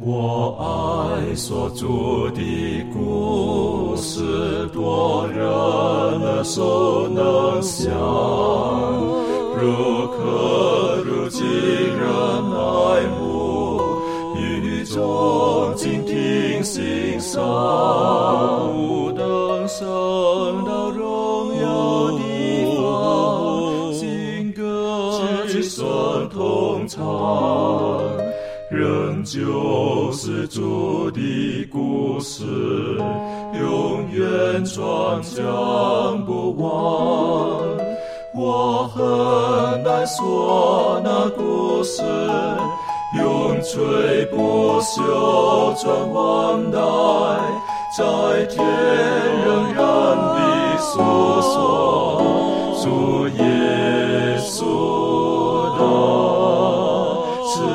我爱所著的故事，多人耳熟能详，如可如今人爱慕，语中静听欣赏，不等升到荣耀地方，新歌之声同唱，仍旧是主的故事，永远传讲不完。我很难说那故事，永垂不朽传万代，在天仍然地诉说主耶稣的慈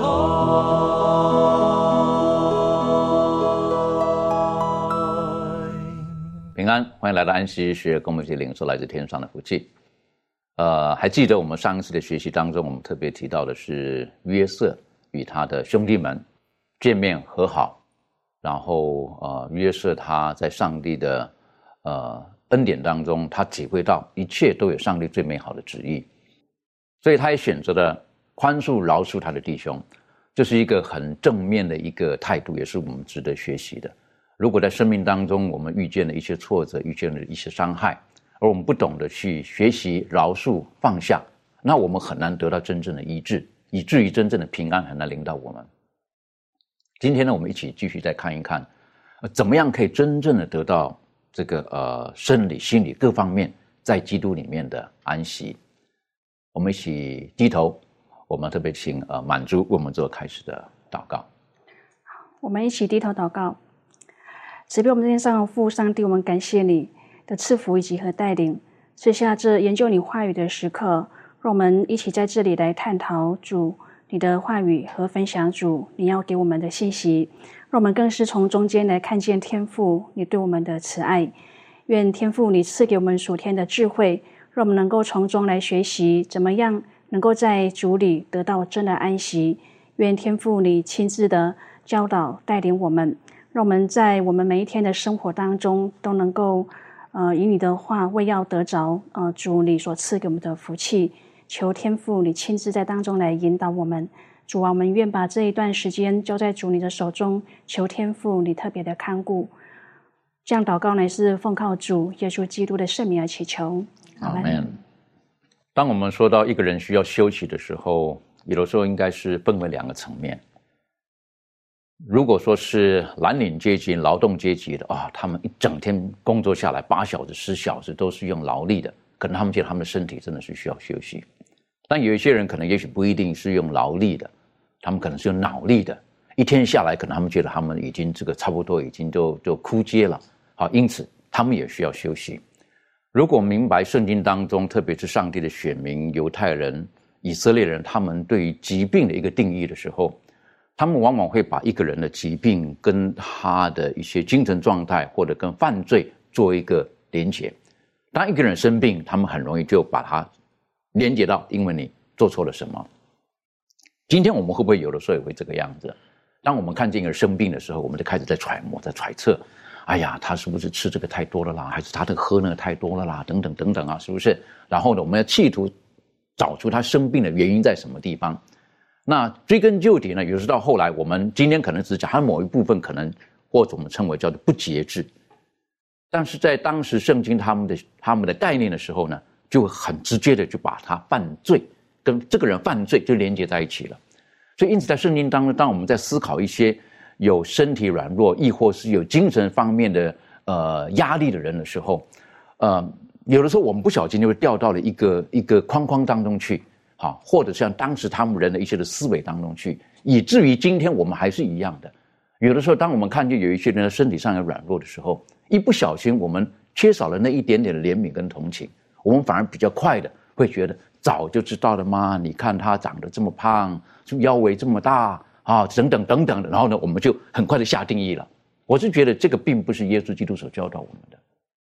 爱。 平安，欢迎来到安息学，跟我们一起领受来自天上的福气。还记得我们上一次的学习当中，我们特别提到的是约瑟与他的兄弟们见面和好，然后约瑟他在上帝的恩典当中，他体会到一切都有上帝最美好的旨意，所以他也选择了宽恕饶恕他的弟兄，这是一个很正面的一个态度，也是我们值得学习的。如果在生命当中我们遇见了一些挫折，遇见了一些伤害，而我们不懂得去学习饶恕放下，那我们很难得到真正的医治，以至于真正的平安很难临到我们。今天呢，我们一起继续再看一看怎么样可以真正的得到这个生理心理各方面在基督里面的安息。我们一起低头，我们特别请满珠为我们做开始的祷告。 我们一起低头祷告。慈悲我们天上的父上帝，我们感谢你的赐福以及和带领，赐下这研究你话语的时刻，让我们一起在这里来探讨主你的话语和分享主你要给我们的信息，让我们更是从中间来看见天父你对我们的慈爱。愿天父你赐给我们属天的智慧，让我们能够从中来学习怎么样能够在主里得到真的安息。愿天父你亲自的教导带领我们，让我们在我们每一天的生活当中都能够以你的话为要得着主你所赐给我们的福气。求天父你亲自在当中来引导我们。主啊，我们愿把这一段时间交在主你的手中，求天父你特别的看顾。这样祷告乃是奉靠主耶稣基督的圣名而祈求， 阿们。当我们说到一个人需要休息的时候，有的时候应该是分为两个层面。如果说是蓝领阶级劳动阶级的他们一整天工作下来8小时10小时都是用劳力的，可能他们觉得他们的身体真的是需要休息。但有一些人可能也许不一定是用劳力的，他们可能是用脑力的，一天下来可能他们觉得他们已经这个差不多已经就枯竭了，因此他们也需要休息。如果明白圣经当中特别是上帝的选民犹太人以色列人他们对于疾病的一个定义的时候，他们往往会把一个人的疾病跟他的一些精神状态或者跟犯罪做一个连结。当一个人生病，他们很容易就把它连结到因为你做错了什么。今天我们会不会有的时候也会这个样子？当我们看见一个人生病的时候，我们就开始在揣摩在揣测，哎呀，他是不是吃这个太多了啦，还是他这个喝那个太多了啦，等等等等啊，是不是？然后呢，我们要企图找出他生病的原因在什么地方。那追根究底呢，有时到后来我们今天可能只讲他某一部分，可能或者我们称为叫做不节制，但是在当时圣经他们的概念的时候呢，就很直接的就把他犯罪跟这个人犯罪就连接在一起了。所以因此在圣经当中，当我们在思考一些有身体软弱亦或是有精神方面的压力的人的时候，有的时候我们不小心就会掉到了一个框框当中去，或者像当时他们人的一些的思维当中去，以至于今天我们还是一样的。有的时候当我们看见有一些人的身体上有软弱的时候，一不小心我们缺少了那一点点的怜悯跟同情，我们反而比较快的会觉得早就知道了吗？你看他长得这么胖，腰围这么大等等等等的，然后呢我们就很快的下定义了。我是觉得这个并不是耶稣基督所教导我们的。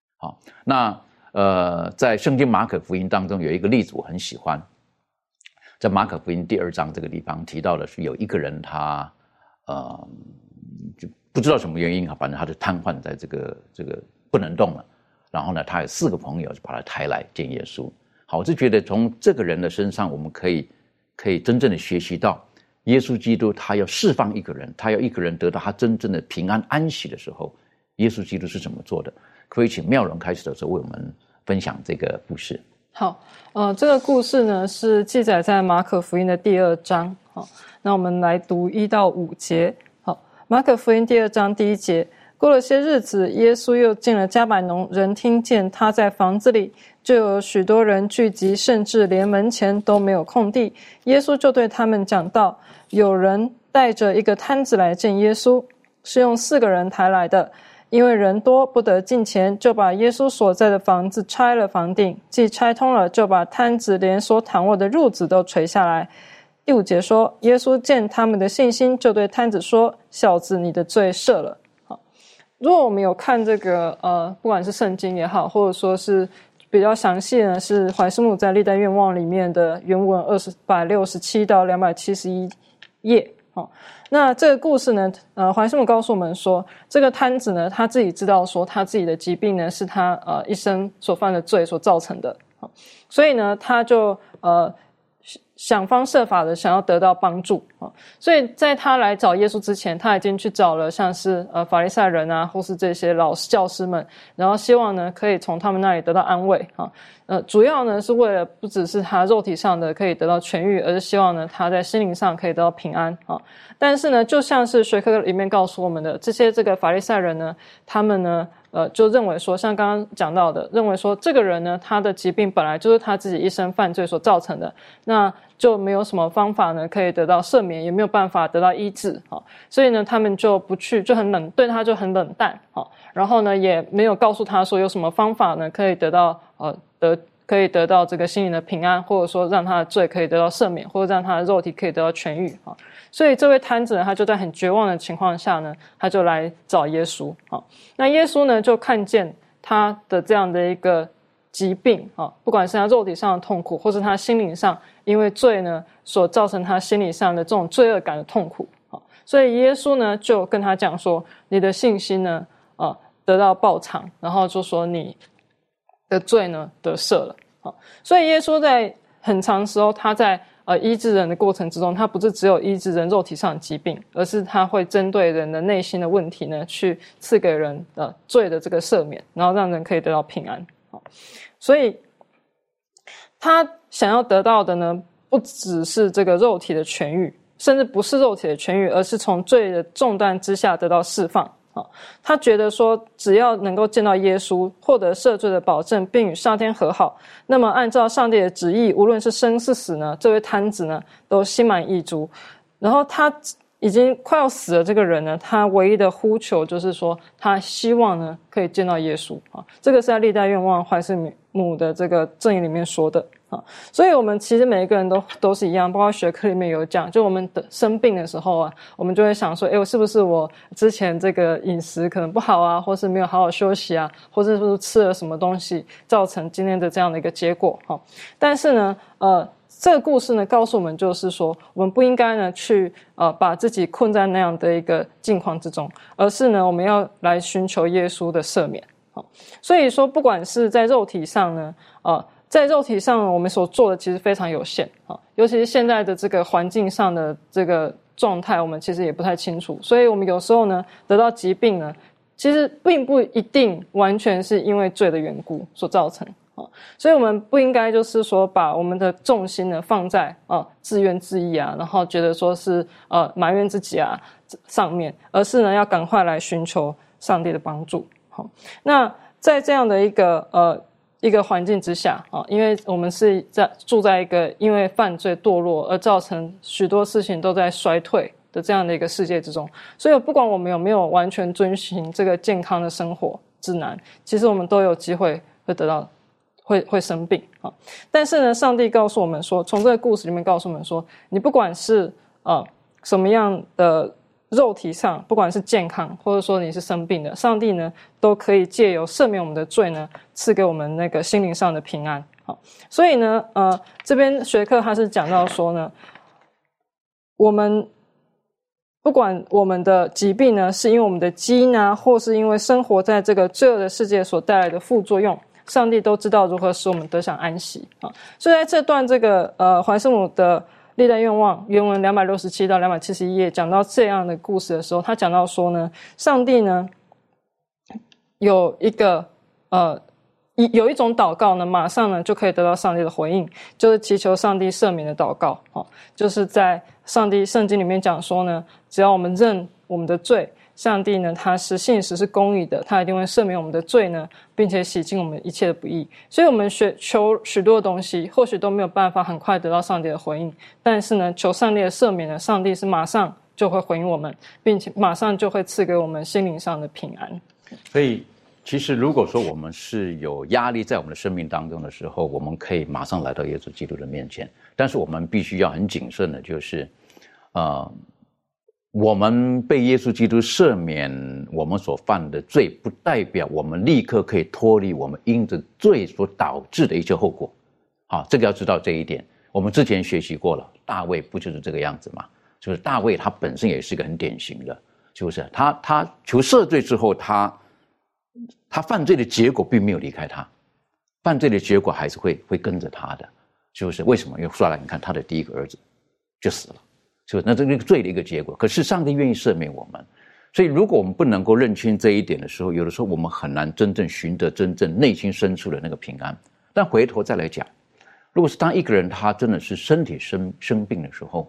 那在圣经马可福音当中有一个例子我很喜欢，在马可福音第2章这个地方提到的是有一个人他就不知道什么原因啊，反正他就瘫痪在这个不能动了。然后呢，他有4个朋友就把他抬来见耶稣。好，我就觉得从这个人的身上，我们可以真正的学习到，耶稣基督他要释放一个人，他要一个人得到他真正的平安安息的时候，耶稣基督是怎么做的？可不可以请妙容开始的时候为我们分享这个故事？ 好，这个故事呢是记载在马可福音的第2章。好，那我们来读1到5节。好，马可福音第2章第1节。过了些日子，耶稣又进了迦百农，人听见他在房子里，就有许多人聚集，甚至连门前都没有空地。耶稣就对他们讲道。有人带着一个摊子来见耶稣，是用4个人抬来的。因为人多不得进前，就把耶稣所在的房子拆了房顶，既拆通了，就把摊子连所躺卧的褥子都垂下来。第5节说，耶稣见他们的信心，就对摊子说：小子，你的罪赦了。好，如果我们有看这个不管是圣经也好，或者说是比较详细呢，是怀斯姆在历代愿望里面的原文267到271页。那这个故事呢，怀斯姆告诉我们说，这个摊子呢，他自己知道说他自己的疾病呢是他一生所犯的罪所造成的，所以呢，他就想方设法的想要得到帮助。所以在他来找耶稣之前，他已经去找了像是法利赛人啊，或是这些老师教师们，然后希望呢可以从他们那里得到安慰。主要呢是为了不只是他肉体上的可以得到痊愈，而是希望呢他在心灵上可以得到平安。但是呢，就像是学科里面告诉我们的，这个法利赛人呢，他们呢就认为说，像刚刚讲到的，认为说这个人呢，他的疾病本来就是他自己一生犯罪所造成的，那就没有什么方法呢可以得到赦免，也没有办法得到医治。所以呢，他们就不去，就很冷，对他就很冷淡。然后呢，也没有告诉他说有什么方法呢可以得到可以得到这个心灵的平安，或者说让他的罪可以得到赦免，或者让他的肉体可以得到痊愈。所以这位摊子呢，他就在很绝望的情况下呢，他就来找耶稣。那耶稣呢，就看见他的这样的一个疾病，不管是他肉体上的痛苦，或是他心灵上因为罪呢所造成他心理上的这种罪恶感的痛苦。所以耶稣呢就跟他讲说，你的信心呢得到报偿，然后就说你的罪呢得赦了。所以耶稣在很长时候，他在医治人的过程之中，他不是只有医治人肉体上的疾病，而是他会针对人的内心的问题呢，去赐给人罪的这个赦免，然后让人可以得到平安。所以他想要得到的呢，不只是这个肉体的痊愈，甚至不是肉体的痊愈，而是从罪的重担之下得到释放。他觉得说，只要能够见到耶稣，获得赦罪的保证，并与上天和好，那么按照上帝的旨意，无论是生是死呢，这位摊子呢都心满意足。然后他已经快要死了这个人呢，他唯一的呼求就是说，他希望呢可以见到耶稣。这个是在历代愿望怀斯姆的这个证言里面说的。所以我们其实每一个人都是一样，包括学科里面有讲，就我们生病的时候啊，我们就会想说，我是不是我之前这个饮食可能不好啊，或是没有好好休息啊，或者是不是吃了什么东西造成今天的这样的一个结果。但是呢这个故事呢告诉我们，就是说我们不应该呢去把自己困在那样的一个境况之中，而是呢我们要来寻求耶稣的赦免。所以说不管是在肉体上呢在肉体上我们所做的其实非常有限，尤其是现在的这个环境上的这个状态，我们其实也不太清楚。所以我们有时候呢得到疾病呢，其实并不一定完全是因为罪的缘故所造成。所以我们不应该就是说把我们的重心呢放在自怨自艾啊，然后觉得说是埋怨自己啊上面，而是呢要赶快来寻求上帝的帮助。那在这样的一个环境之下，因为我们是住在一个因为犯罪堕落而造成许多事情都在衰退的这样的一个世界之中，所以不管我们有没有完全遵循这个健康的生活指南，其实我们都有机会会得到会生病。但是呢，上帝告诉我们说，从这个故事里面告诉我们说，你不管是什么样的肉体上，不管是健康或者说你是生病的，上帝呢都可以借由赦免我们的罪呢，赐给我们那个心灵上的平安。所以呢这边学科他是讲到说呢，我们不管我们的疾病呢是因为我们的基因啊，或是因为生活在这个罪恶的世界所带来的副作用，上帝都知道如何使我们得享安息啊。所以在这段这个怀圣母的历代愿望原文267到271页讲到这样的故事的时候，他讲到说呢，上帝呢有一个有一种祷告呢，马上呢就可以得到上帝的回应，就是祈求上帝赦免的祷告。就是在上帝圣经里面讲说呢，只要我们认我们的罪，上帝呢他是信实是公义的，他一定会赦免我们的罪呢，并且洗净我们一切的不义。所以我们求许多的东西，或许都没有办法很快得到上帝的回应，但是呢求上帝的赦免呢，上帝是马上就会回应我们，并且马上就会赐给我们心灵上的平安。 所以其实如果说我们是有压力在我们的生命当中的时候，我们可以马上来到耶稣基督的面前，但是我们必须要很谨慎的，就是我们被耶稣基督赦免我们所犯的罪，不代表我们立刻可以脱离我们因着罪所导致的一些后果。好，这个要知道这一点。我们之前学习过了，大卫不就是这个样子吗？就是大卫他本身也是一个很典型的，就是他求赦罪之后，他犯罪的结果并没有离开他，犯罪的结果还是会跟着他的，就是为什么？因为说来你看他的第一个儿子就死了，就是那这个罪的一个结果。可是上帝愿意赦免我们，所以如果我们不能够认清这一点的时候，有的时候我们很难真正寻得真正内心深处的那个平安。但回头再来讲，如果是当一个人他真的是身体生病的时候，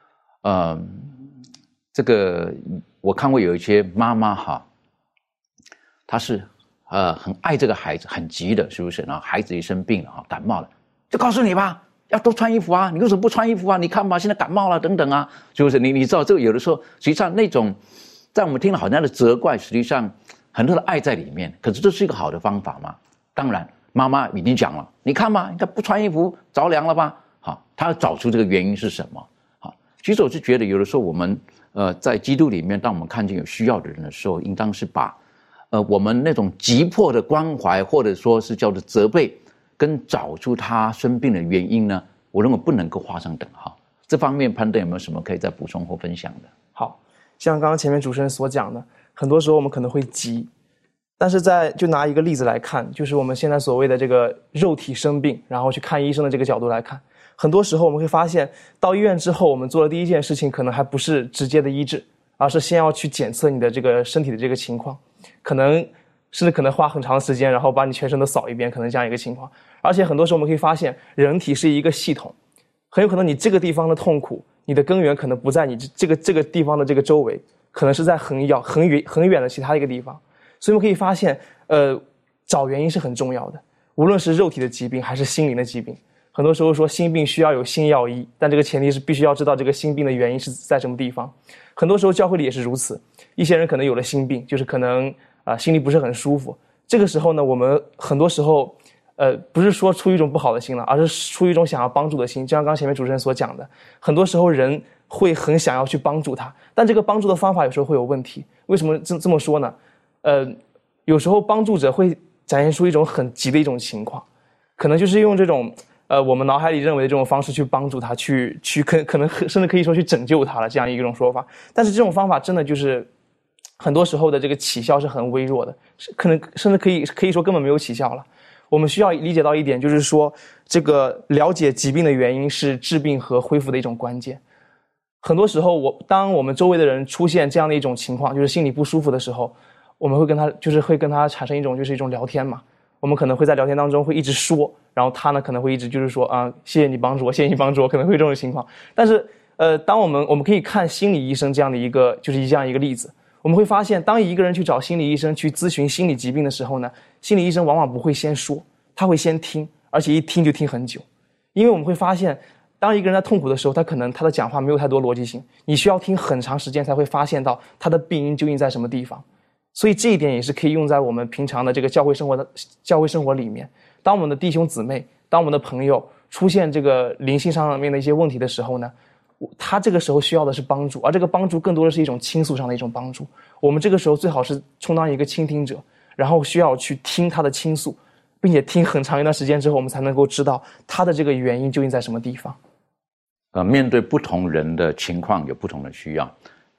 这个我看过有一些妈妈哈，她是很爱这个孩子，很急的，是不是？然后孩子一生病了哈，感冒了，就告诉你吧，要多穿衣服啊，你为什么不穿衣服啊？你看吧，现在感冒了等等啊，是不是？你知道这个有的时候，实际上那种在我们听了好像的责怪，实际上很多的爱在里面。可是这是一个好的方法吗？当然，妈妈已经讲了，你看吧，你看不穿衣服着凉了吧？好，她要找出这个原因是什么。好，其实我是觉得有的时候我们在基督里面，当我们看见有需要的人的时候，应当是把我们那种急迫的关怀，或者说是叫做责备，跟找出他生病的原因呢，我认为不能够画上等号。这方面潘登有没有什么可以再补充或分享的？ 好，像刚刚前面主持人所讲的，很多时候我们可能会急，但是就拿一个例子来看，就是我们现在所谓的这个肉体生病，然后去看医生的这个角度来看，很多时候我们会发现，到医院之后，我们做的第一件事情可能还不是直接的医治，而是先要去检测你的这个身体的这个情况，可能花很长时间，然后把你全身都扫一遍，可能这样一个情况。而且很多时候我们可以发现，人体是一个系统，很有可能你这个地方的痛苦，你的根源可能不在你这个地方的这个周围，可能是在很远的其他一个地方。所以我们可以发现，找原因是很重要的，无论是肉体的疾病还是心灵的疾病。很多时候说心病需要有心药医，但这个前提是必须要知道这个心病的原因是在什么地方。很多时候教会里也是如此，一些人可能有了心病，就是可能心里不是很舒服。这个时候呢，我们很多时候不是说出于一种不好的心了，而是出于一种想要帮助的心。就像刚前面主持人所讲的，很多时候人会很想要去帮助他，但这个帮助的方法有时候会有问题。为什么这么说呢？有时候帮助者会展现出一种很急的一种情况，可能就是用这种我们脑海里认为的这种方式去帮助他，去可能甚至可以说去拯救他了，这样一种说法。但是这种方法真的就是很多时候的这个起效是很微弱的，可能甚至可以说根本没有起效了。我们需要理解到一点，就是说这个了解疾病的原因是治病和恢复的一种关键。很多时候当我们周围的人出现这样的一种情况，就是心里不舒服的时候，我们会跟他产生一种聊天嘛。我们可能会在聊天当中会一直说，然后他呢可能会一直就是说谢谢你帮助我，谢谢你帮助我，可能会有这种情况。但是当我们可以看心理医生这样的一个例子，我们会发现，当一个人去找心理医生去咨询心理疾病的时候呢，心理医生往往不会先说，他会先听，而且一听就听很久。因为我们会发现，当一个人在痛苦的时候，他可能他的讲话没有太多逻辑性，你需要听很长时间才会发现到他的病因究竟在什么地方。所以这一点也是可以用在我们平常的这个教会生活里面。当我们的弟兄姊妹，当我们的朋友出现这个灵性上面的一些问题的时候呢，他这个时候需要的是帮助，而这个帮助更多的是一种倾诉上的一种帮助。我们这个时候最好是充当一个倾听者，然后需要去听他的倾诉，并且听很长一段时间之后，我们才能够知道他的这个原因究竟在什么地方。 面对不同人的情况有不同的需要。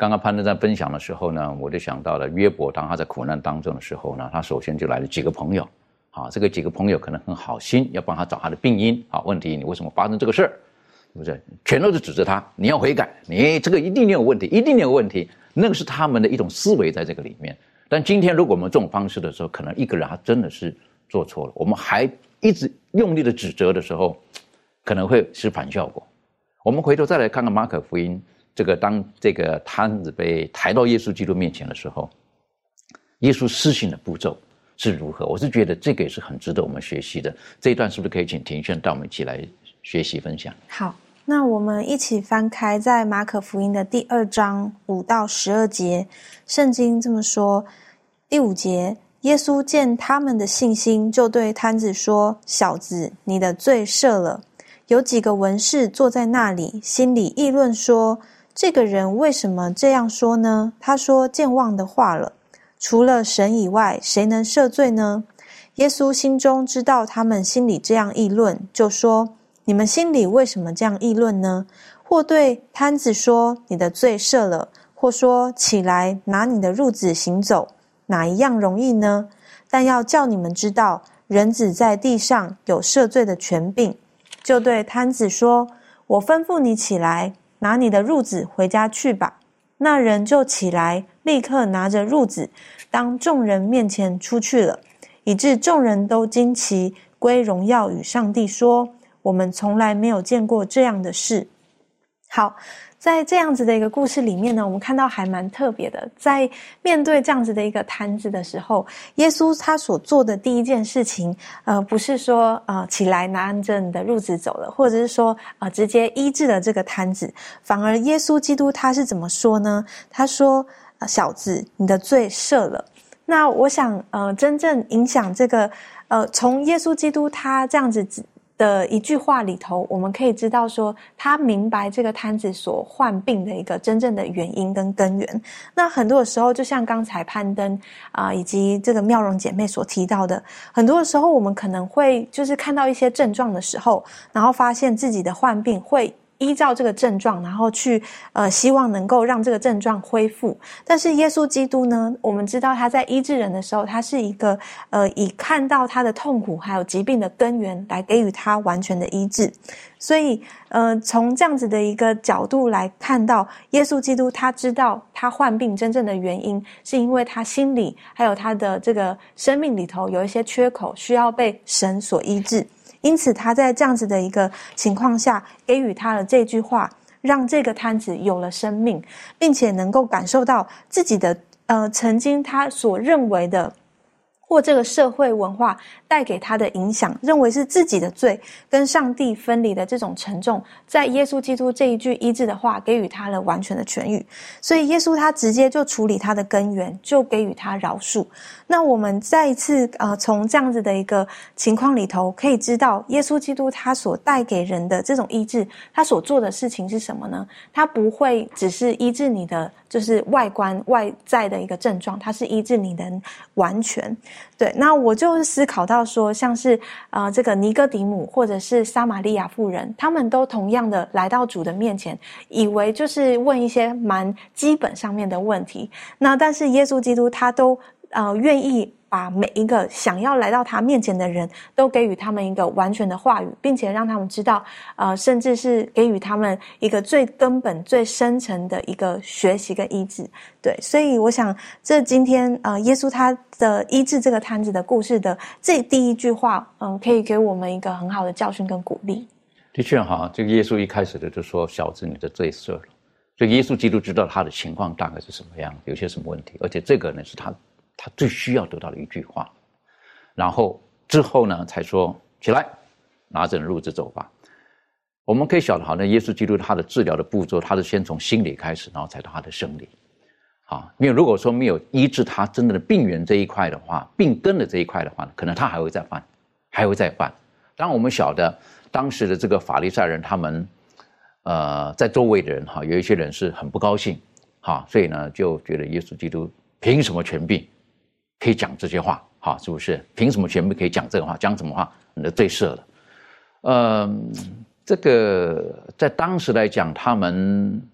刚刚潘德在分享的时候呢，我就想到了约伯，当他在苦难当中的时候呢，他首先就来了几个朋友，这个几个朋友可能很好心，要帮他找他的病因，问题你为什么发生这个事儿，是不是？全都是指责他，你要悔改，你这个一定有问题，一定有问题，那个是他们的一种思维在这个里面。但今天如果我们这种方式的时候，可能一个人他真的是做错了，我们还一直用力的指责的时候，可能会是反效果。我们回头再来看看马可福音，当这个摊子被抬到耶稣基督面前的时候，耶稣施行的步骤是如何？我是觉得这个也是很值得我们学习的。这一段是不是可以请庭轩带我们一起来学习分享？ 好，那我们一起翻开在马可福音的第2章5到12节，圣经这么说。第5节，耶稣见他们的信心，就对摊子说：小子，你的罪赦了。有几个文士坐在那里，心里议论说：这个人为什么这样说呢？他说健忘的话了。除了神以外，谁能赦罪呢？耶稣心中知道他们心里这样议论，就说：你们心里为什么这样议论呢？或对摊子说：你的罪赦了，或说：起来，拿你的褥子行走，哪一样容易呢？但要叫你们知道，人子在地上有赦罪的权柄。就对摊子说：我吩咐你起来，拿你的褥子回家去吧。那人就起来，立刻拿着褥子，当众人面前出去了，以致众人都惊奇，归荣耀与上帝，说：我们从来没有见过这样的事。好，在这样子的一个故事里面呢，我们看到还蛮特别的，在面对这样子的一个摊子的时候，耶稣他所做的第一件事情，不是说起来拿着你的褥子走了，或者是说直接医治了这个摊子，反而耶稣基督他是怎么说呢？他说：小子，你的罪赦了。那我想真正影响这个从耶稣基督他这样子的一句话里头，我们可以知道说他明白这个摊子所患病的一个真正的原因跟根源。那很多的时候，就像刚才攀登以及这个妙容姐妹所提到的，很多的时候我们可能会就是看到一些症状的时候，然后发现自己的患病，会依照这个症状，然后去希望能够让这个症状恢复。但是耶稣基督呢，我们知道他在医治人的时候，他是一个以看到他的痛苦还有疾病的根源来给予他完全的医治。所以从这样子的一个角度来看到，耶稣基督他知道他患病真正的原因，是因为他心里还有他的这个生命里头有一些缺口需要被神所医治。因此他在这样子的一个情况下给予他的这句话，让这个摊子有了生命，并且能够感受到自己的曾经他所认为的或这个社会文化带给他的影响，认为是自己的罪跟上帝分离的这种沉重，在耶稣基督这一句医治的话给予他了完全的痊愈。所以耶稣他直接就处理他的根源，就给予他饶恕。那我们再一次从这样子的一个情况里头可以知道，耶稣基督他所带给人的这种医治，他所做的事情是什么呢？他不会只是医治你的就是外观外在的一个症状，他是医治你的完全。对，那我就思考到说，像是这个尼哥底母或者是撒玛利亚妇人，他们都同样的来到主的面前，以为就是问一些蛮基本上面的问题。那但是耶稣基督他都愿意把每一个想要来到他面前的人都给予他们一个完全的话语，并且让他们知道甚至是给予他们一个最根本最深层的一个学习跟医治。对，所以我想这今天耶稣他的医治这个摊子的故事的这第一句话可以给我们一个很好的教训跟鼓励。 的确哈，这个耶稣一开始的就说小子你的罪赦了，所以耶稣基督知道他的情况大概是什么样，有些什么问题，而且这个呢是他最需要得到的一句话。然后之后呢才说起来拿着褥子走吧。我们可以晓得好像耶稣基督他的治疗的步骤，他是先从心理开始，然后才到他的生理。因为如果说没有医治他真正的病源这一块的话，病根的这一块的话，可能他还会再犯。当然我们晓得当时的这个法利赛人，他们在周围的人有一些人是很不高兴所以呢就觉得耶稣基督凭什么权柄可以讲这些话是不是？凭什么权柄可以讲这个话？讲什么话？你的罪赦了。这个在当时来讲，他们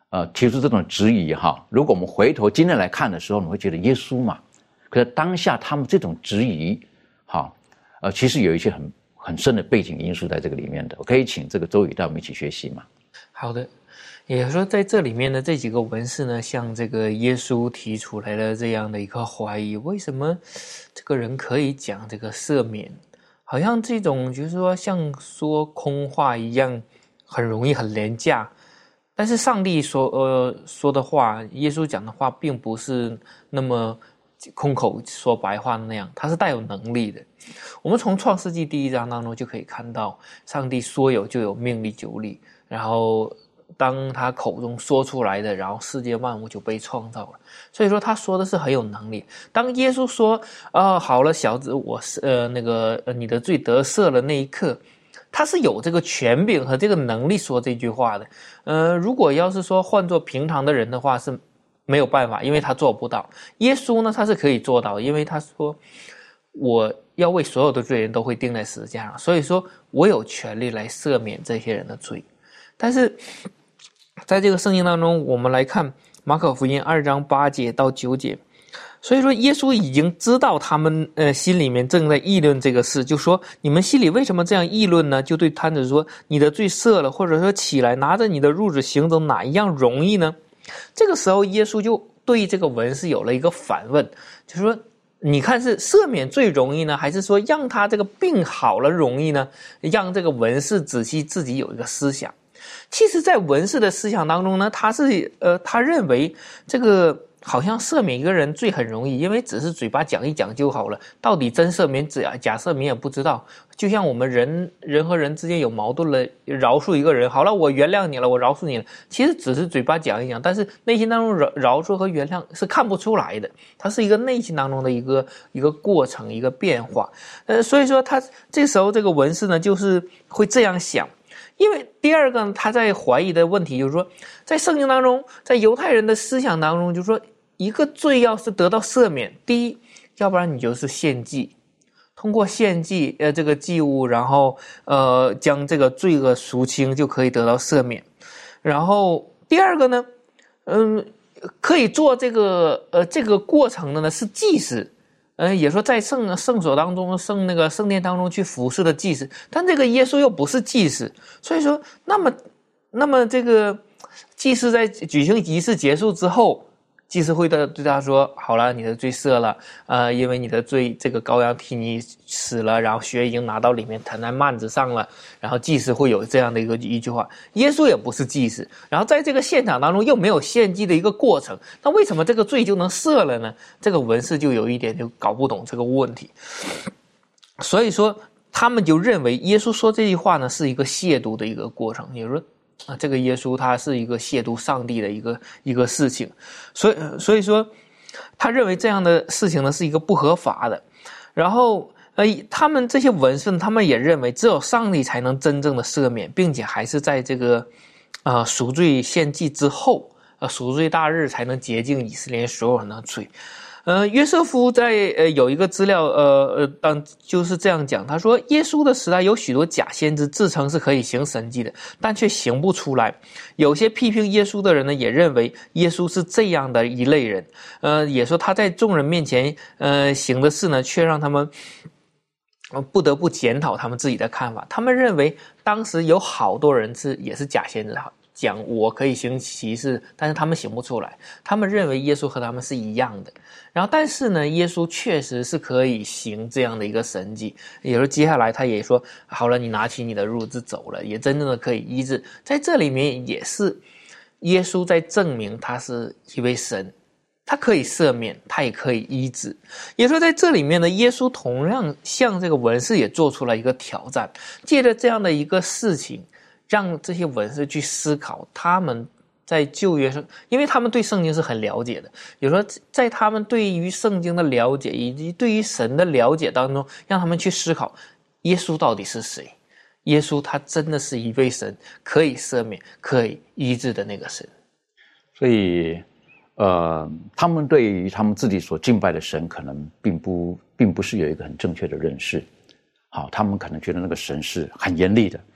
提出这种质疑哈。如果我们回头今天来看的时候，你会觉得耶稣嘛？可是当下他们这种质疑，其实有一些很深的背景因素在这个里面的。我可以请这个周宇带我们一起学习吗？ 好的，也就是说在这里面的这几个文士呢，向这个耶稣提出来了这样的一个怀疑：为什么这个人可以讲这个赦免？好像这种就是说像说空话一样，很容易很廉价。但是上帝说的话，耶稣讲的话，并不是那么空口说白话那样，它是带有能力的。我们从创世纪第1章当中就可以看到，上帝说有就有，命立就立，然后当他口中说出来的，然后世界万物就被创造了。所以说他说的是很有能力。当耶稣说好了小子，我你的罪得赦了那一刻，他是有这个权柄和这个能力说这句话的。如果要是说换作平常的人的话，是没有办法，因为他做不到。耶稣呢，他是可以做到，因为他说我要为所有的罪人都会钉在十字架上，所以说我有权利来赦免这些人的罪。但是在这个圣经当中，我们来看马可福音2章8节到9节，所以说耶稣已经知道他们心里面正在议论这个事，就说你们心里为什么这样议论呢？就对摊子说，你的罪赦了，或者说起来拿着你的褥子行走，哪一样容易呢？这个时候耶稣就对这个文士有了一个反问，就是说你看是赦免最容易呢，还是说让他这个病好了容易呢？让这个文士仔细自己有一个思想。其实在文士的思想当中呢，他认为这个好像赦免一个人罪很容易，因为只是嘴巴讲一讲就好了，到底真赦免假赦免也不知道。就像我们人和人之间有矛盾了，饶恕一个人，好了，我原谅你了，我饶恕你了，其实只是嘴巴讲一讲，但是内心当中饶恕和原谅是看不出来的，它是一个内心当中的一个过程，一个变化。所以说他这时候这个文士呢，就是会这样想。因为第二个他在怀疑的问题就是说，在圣经当中，在犹太人的思想当中，就是说一个罪要是得到赦免，第一，要不然你就是献祭，通过献祭这个祭物，然后将这个罪恶赎清，就可以得到赦免。然后第二个呢，可以做这个过程的呢是祭司。也说在圣所当中，圣殿当中去服侍的祭司，但这个耶稣又不是祭司，所以说，那么这个祭司在举行仪式结束之后，祭司会对他说：“好了，你的罪赦了，因为你的罪，这个羔羊替你死了，然后血已经拿到里面弹在幔子上了。”然后祭司会有这样的一句话。耶稣也不是祭司，然后在这个现场当中又没有献祭的一个过程，那为什么这个罪就能赦了呢？这个文士就有一点就搞不懂这个问题，所以说他们就认为耶稣说这句话呢是一个亵渎的一个过程，也就是说这个耶稣他是一个亵渎上帝的一个事情，所以说他认为这样的事情呢是一个不合法的。然后他们这些文士他们也认为只有上帝才能真正的赦免，并且还是在这个赎罪献祭之后，赎罪大日才能洁净以色列所有人的罪。约瑟夫在有一个资料就是这样讲，他说耶稣的时代有许多假先知自称是可以行神迹的，但却行不出来。有些批评耶稣的人呢，也认为耶稣是这样的一类人。也说他在众人面前行的事呢，却让他们不得不检讨他们自己的看法。他们认为当时有好多人也是假先知，讲我可以行奇事，但是他们行不出来。他们认为耶稣和他们是一样的。然后但是呢，耶稣确实是可以行这样的一个神迹。也就是接下来他也说，好了，你拿起你的褥子走了，也真正的可以医治。在这里面也是耶稣在证明他是一位神，他可以赦免，他也可以医治。也说在这里面呢，耶稣同样向这个文士也做出了一个挑战，借着这样的一个事情，让这些文士去思考他们在旧约上，因为他们对圣经是很了解的，有时候在他们对于圣经的了解以及对于神的了解当中，让他们去思考耶稣到底是谁。耶稣他真的是一位神，可以赦免可以医治的那个神。 所以他们对于他们自己所敬拜的神可能并不是有一个很正确的认识。好，他们可能觉得那个神是很严厉的，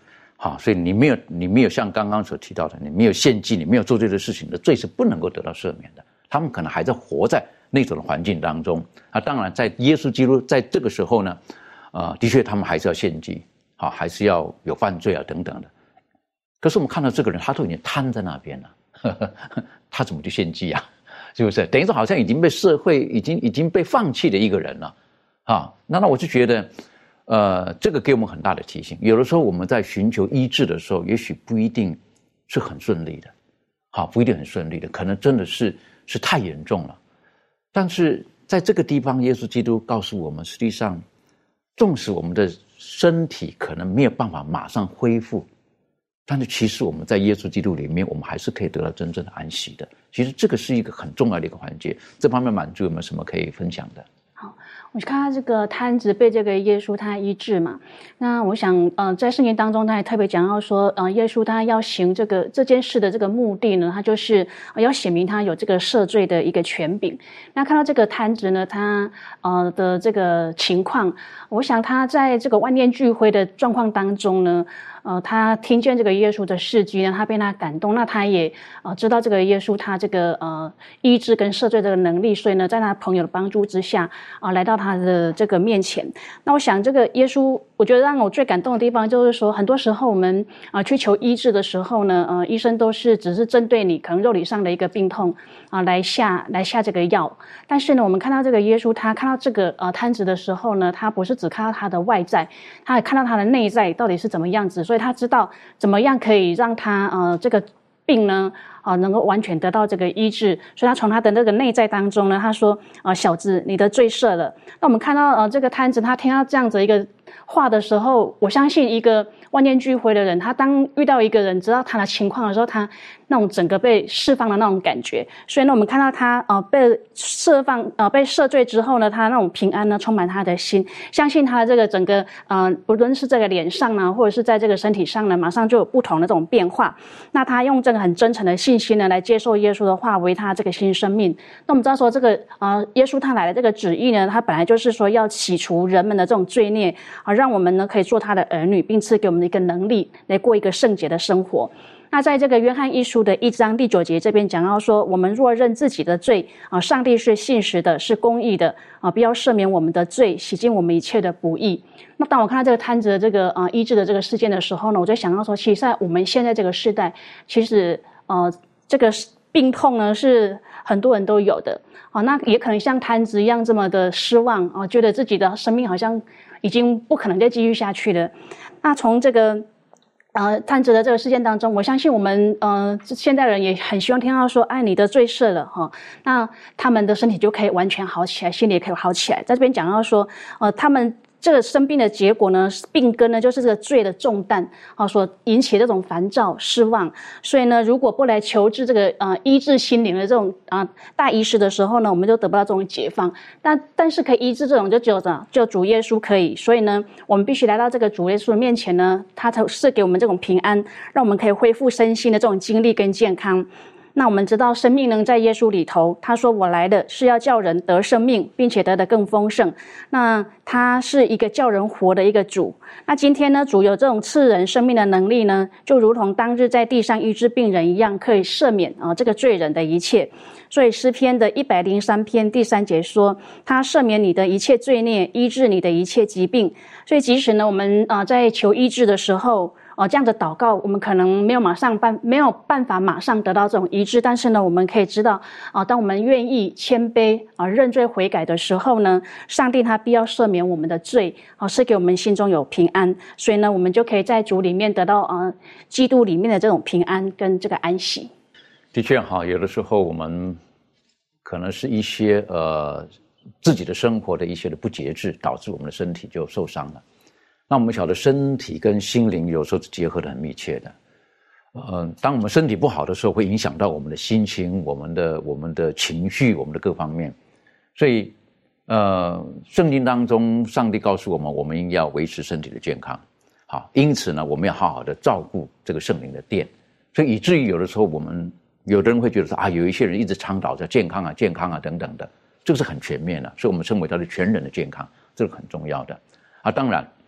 好，所以你没有像刚刚所提到的，你没有献祭，你没有做这个事情的罪是不能够得到赦免的。他们可能还在活在那种的环境当中。当然，在耶稣基督在这个时候呢，的确他们还是要献祭，好，还是要有犯罪啊等等的。可是我们看到这个人，他都已经瘫在那边了，他怎么去献祭啊？是不是？等于说好像已经被社会已经被放弃的一个人了啊？那我就觉得。这个给我们很大的提醒。有的时候我们在寻求医治的时候，也许不一定是很顺利的，好，不一定很顺利的，可能真的是太严重了。但是在这个地方，耶稣基督告诉我们，实际上，纵使我们的身体可能没有办法马上恢复，但是其实我们在耶稣基督里面，我们还是可以得到真正的安息的。其实这个是一个很重要的一个环节。这方面满足有没有什么可以分享的？ 好，我看到这个瘫子被这个耶稣他医治嘛，那我想在圣经当中他也特别讲到说耶稣他要行这件事的这个目的呢，他就是要显明他有这个赦罪的一个权柄。那看到这个瘫子呢，他的这个情况，我想他在这个万念俱灰的状况当中呢，他听见这个耶稣的事迹呢，他被他感动，那他也知道这个耶稣他这个医治跟赦罪这个能力，所以呢，在他朋友的帮助之下来到他的这个面前。那我想这个耶稣，我觉得让我最感动的地方就是说，很多时候我们去求医治的时候呢，医生都是只是针对你可能肉体上的一个病痛来下这个药。但是呢，我们看到这个耶稣，他看到这个瘫子的时候呢，他不是只看到他的外在，他也看到他的内在到底是怎么样子，所以他知道怎么样可以让他这个病呢能够完全得到这个医治。所以他从他的那个内在当中呢，他说小子，你的罪赦了。那我们看到这个瘫子，他听到这样子一个话的时候，我相信一个万念俱灰的人，他当遇到一个人知道他的情况的时候，他那种整个被释放的那种感觉。所以呢，我们看到他被释放被赦罪之后呢，他那种平安呢充满他的心，相信他的这个整个不论是这个脸上呢，或者是在这个身体上呢，马上就有不同的这种变化。那他用这个很真诚的信心呢来接受耶稣的话为他这个新生命。那我们知道说这个耶稣他来的这个旨意呢，他本来就是说要洗除人们的这种罪孽让我们呢可以做他的儿女，并赐给我们的一个能力来过一个圣洁的生活。那在这个约翰一书的1章第9节这边讲到说，我们若认自己的罪上帝是信实的，是公义的必要赦免我们的罪，洗净我们一切的不义。那当我看到这个瘫子的这个医治的这个事件的时候呢，我就想到说，其实在我们现在这个时代，其实这个病痛呢是很多人都有的那也可能像瘫子一样这么的失望觉得自己的生命好像已经不可能再继续下去了。那从这个瘫子的这个事件当中，我相信我们现代人也很希望听到说，你的罪赦了那他们的身体就可以完全好起来，心里也可以好起来。在这边讲到说他们这个生病的结果呢，病根呢就是这个罪的重担所引起这种烦躁失望。所以呢，如果不来求治这个医治心灵的这种大医师的时候呢，我们就得不到这种解放。但是可以医治这种就只有主耶稣可以。所以呢，我们必须来到这个主耶稣的面前呢，他是给我们这种平安，让我们可以恢复身心的这种精力跟健康。那我们知道生命呢在耶稣里头，他说我来的是要叫人得生命，并且得的更丰盛。那他是一个叫人活的一个主。那今天呢，主有这种赐人生命的能力呢，就如同当日在地上医治病人一样，可以赦免这个罪人的一切。所以诗篇的103篇第3节说，他赦免你的一切罪孽，医治你的一切疾病。所以即使呢我们在求医治的时候这样的祷告，我们可能没有办法马上得到这种医治，但是呢，我们可以知道当我们愿意谦卑认罪悔改的时候呢，上帝他必要赦免我们的罪是给我们心中有平安。所以呢，我们就可以在主里面得到基督里面的这种平安跟这个安息。 的确有的时候我们可能是一些自己的生活的一些的不节制，导致我们的身体就受伤了。那我们晓得身体跟心灵有时候是结合得很密切的。当我们身体不好的时候，会影响到我们的心情、我们的情绪、我们的各方面。所以圣经当中上帝告诉我们，我们应要维持身体的健康。好，因此呢，我们要好好的照顾这个圣灵的殿。所以以至于有的时候有的人会觉得说有一些人一直倡导着健康等等的，这个是很全面的，所以我们称为它的全人的健康，这个很重要的当然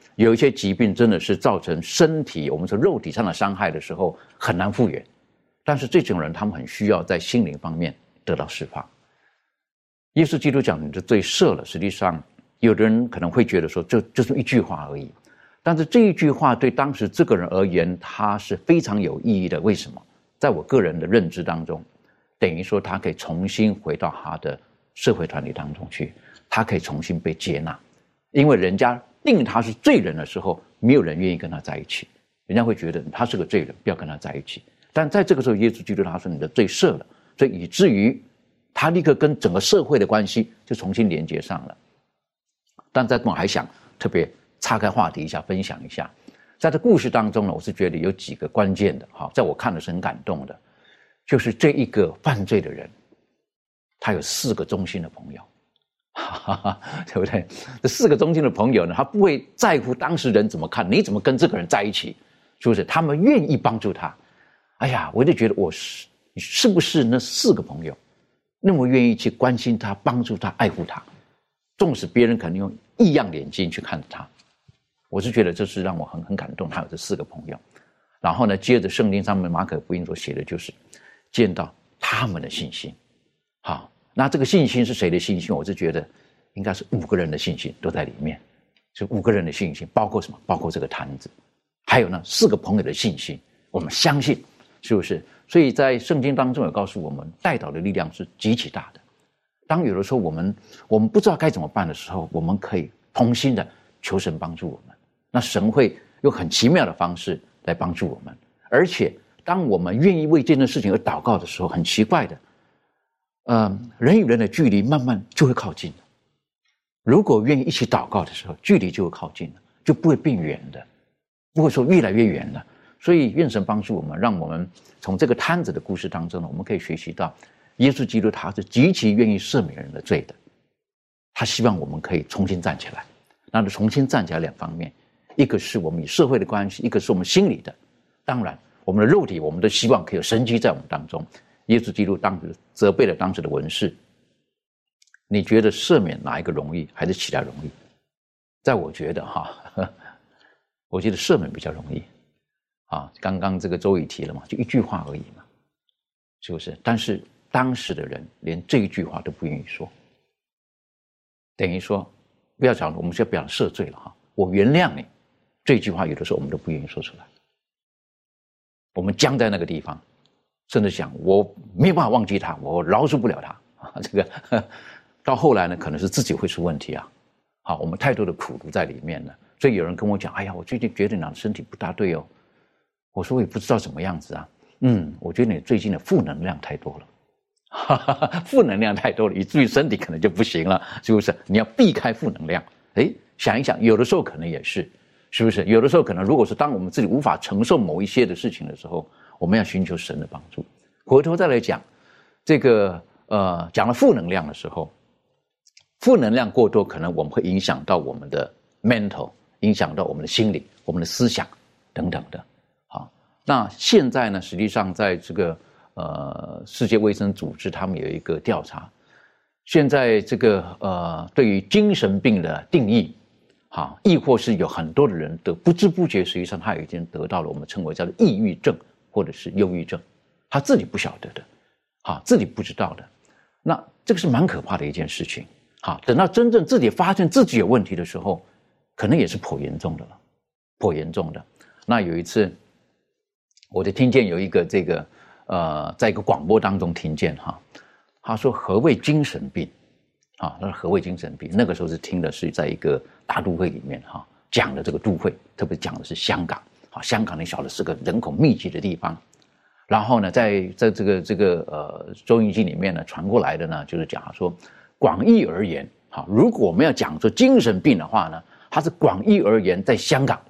有一些疾病真的是造成身体我们说肉体上的伤害的时候很难复原，但是这种人他们很需要在心灵方面得到释放。耶稣基督讲你的罪赦了，实际上有的人可能会觉得说这就是一句话而已，但是这一句话对当时这个人而言他是非常有意义的。为什么？在我个人的认知当中，等于说他可以重新回到他的社会团体当中去，他可以重新被接纳。因为人家定他是罪人的时候，没有人愿意跟他在一起，人家会觉得他是个罪人，不要跟他在一起。但在这个时候，耶稣基督他说你的罪赦了，所以以至于他立刻跟整个社会的关系就重新连接上了。但在我还想特别岔开话题一下，分享一下，在这故事当中呢，我是觉得有几个关键的，在我看的是很感动的，就是这一个犯罪的人，他有4个忠心的朋友，对不对？这4个忠心的朋友呢，他不会在乎当时人怎么看，你怎么跟这个人在一起，是不是？他们愿意帮助他。哎呀，我就觉得是不是那4个朋友那么愿意去关心他、帮助他、爱护他，纵使别人可能用异样的眼睛去看他，我是觉得这是让我很感动。他有这4个朋友，然后呢，接着圣经上面马可福音所写的就是见到他们的信心。好，那这个信心是谁的信心？我是觉得应该是5个人的信心都在里面，是5个人的信心，包括什么？包括这个坛子，还有呢4个朋友的信心。我们相信，是不是？所以在圣经当中有告诉我们，代祷的力量是极其大的。当有的时候我们不知道该怎么办的时候，我们可以同心的求神帮助我们，那神会用很奇妙的方式来帮助我们。而且当我们愿意为这件事情而祷告的时候，很奇怪的，人与人的距离慢慢就会靠近了。如果愿意一起祷告的时候，距离就会靠近了，就不会变远的，不会说越来越远了。所以愿神帮助我们，让我们从这个摊子的故事当中呢，我们可以学习到耶稣基督他是极其愿意赦免人的罪的，他希望我们可以重新站起来。那重新站起来2方面，一个是我们与社会的关系，一个是我们心里的。当然我们的肉体我们都希望可以有神迹在我们当中。耶稣基督当时责备了当时的文士，你觉得赦免哪一个容易还是起来容易？在我觉得我觉得赦免比较容易刚刚这个周宇提了嘛，就一句话而已嘛，是不是？但是当时的人连这一句话都不愿意说，等于说不要讲，我们就不要赦罪了我原谅你，这句话有的时候我们都不愿意说出来，我们僵在那个地方，甚至想我没有办法忘记他，我饶恕不了他这个到后来呢，可能是自己会出问题我们太多的苦毒在里面了。所以有人跟我讲，哎呀，我最近觉得你的身体不大对哦。我说我也不知道什么样子我觉得你最近的负能量太多了负能量太多了，以至于身体可能就不行了，是不是？你要避开负能量。想一想，有的时候可能也是不是？有的时候可能如果是当我们自己无法承受某一些的事情的时候，我们要寻求神的帮助。回头再来讲这个讲了负能量的时候，负能量过多可能我们会影响到我们的 mental， 影响到我们的心理、我们的思想等等的。那现在呢，实际上在这个世界卫生组织他们有一个调查，现在这个对于精神病的定义亦或是有很多的人的不知不觉，实际上他已经得到了我们称为叫做抑郁症或者是忧郁症，他自己不晓得的自己不知道的。那这个是蛮可怕的一件事情等到真正自己发现自己有问题的时候，可能也是颇严重的了，颇严重的。那有一次我就听见有一个这个在一个广播当中听见他说何谓精神病他说何谓精神病？那个时候是听的是在一个大都会里面讲的这个都会，特别讲的是香港香港你晓得是个人口密集的地方。然后呢在这个收音机里面呢传过来的呢，就是讲说广义而言如果我们要讲说精神病的话呢，它是广义而言在香港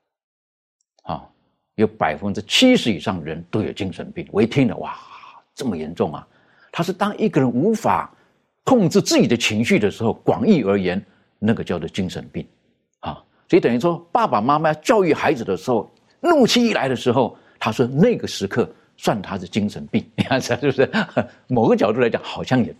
有70%以上的人都有精神病。我一听了，哇，这么严重他是当一个人无法控制自己的情绪的时候，广义而言那个叫做精神病所以等于说爸爸妈妈教育孩子的时候，怒气一来的时候，他说那个时刻算他是精神病，你看是不是？某个角度来讲好像也对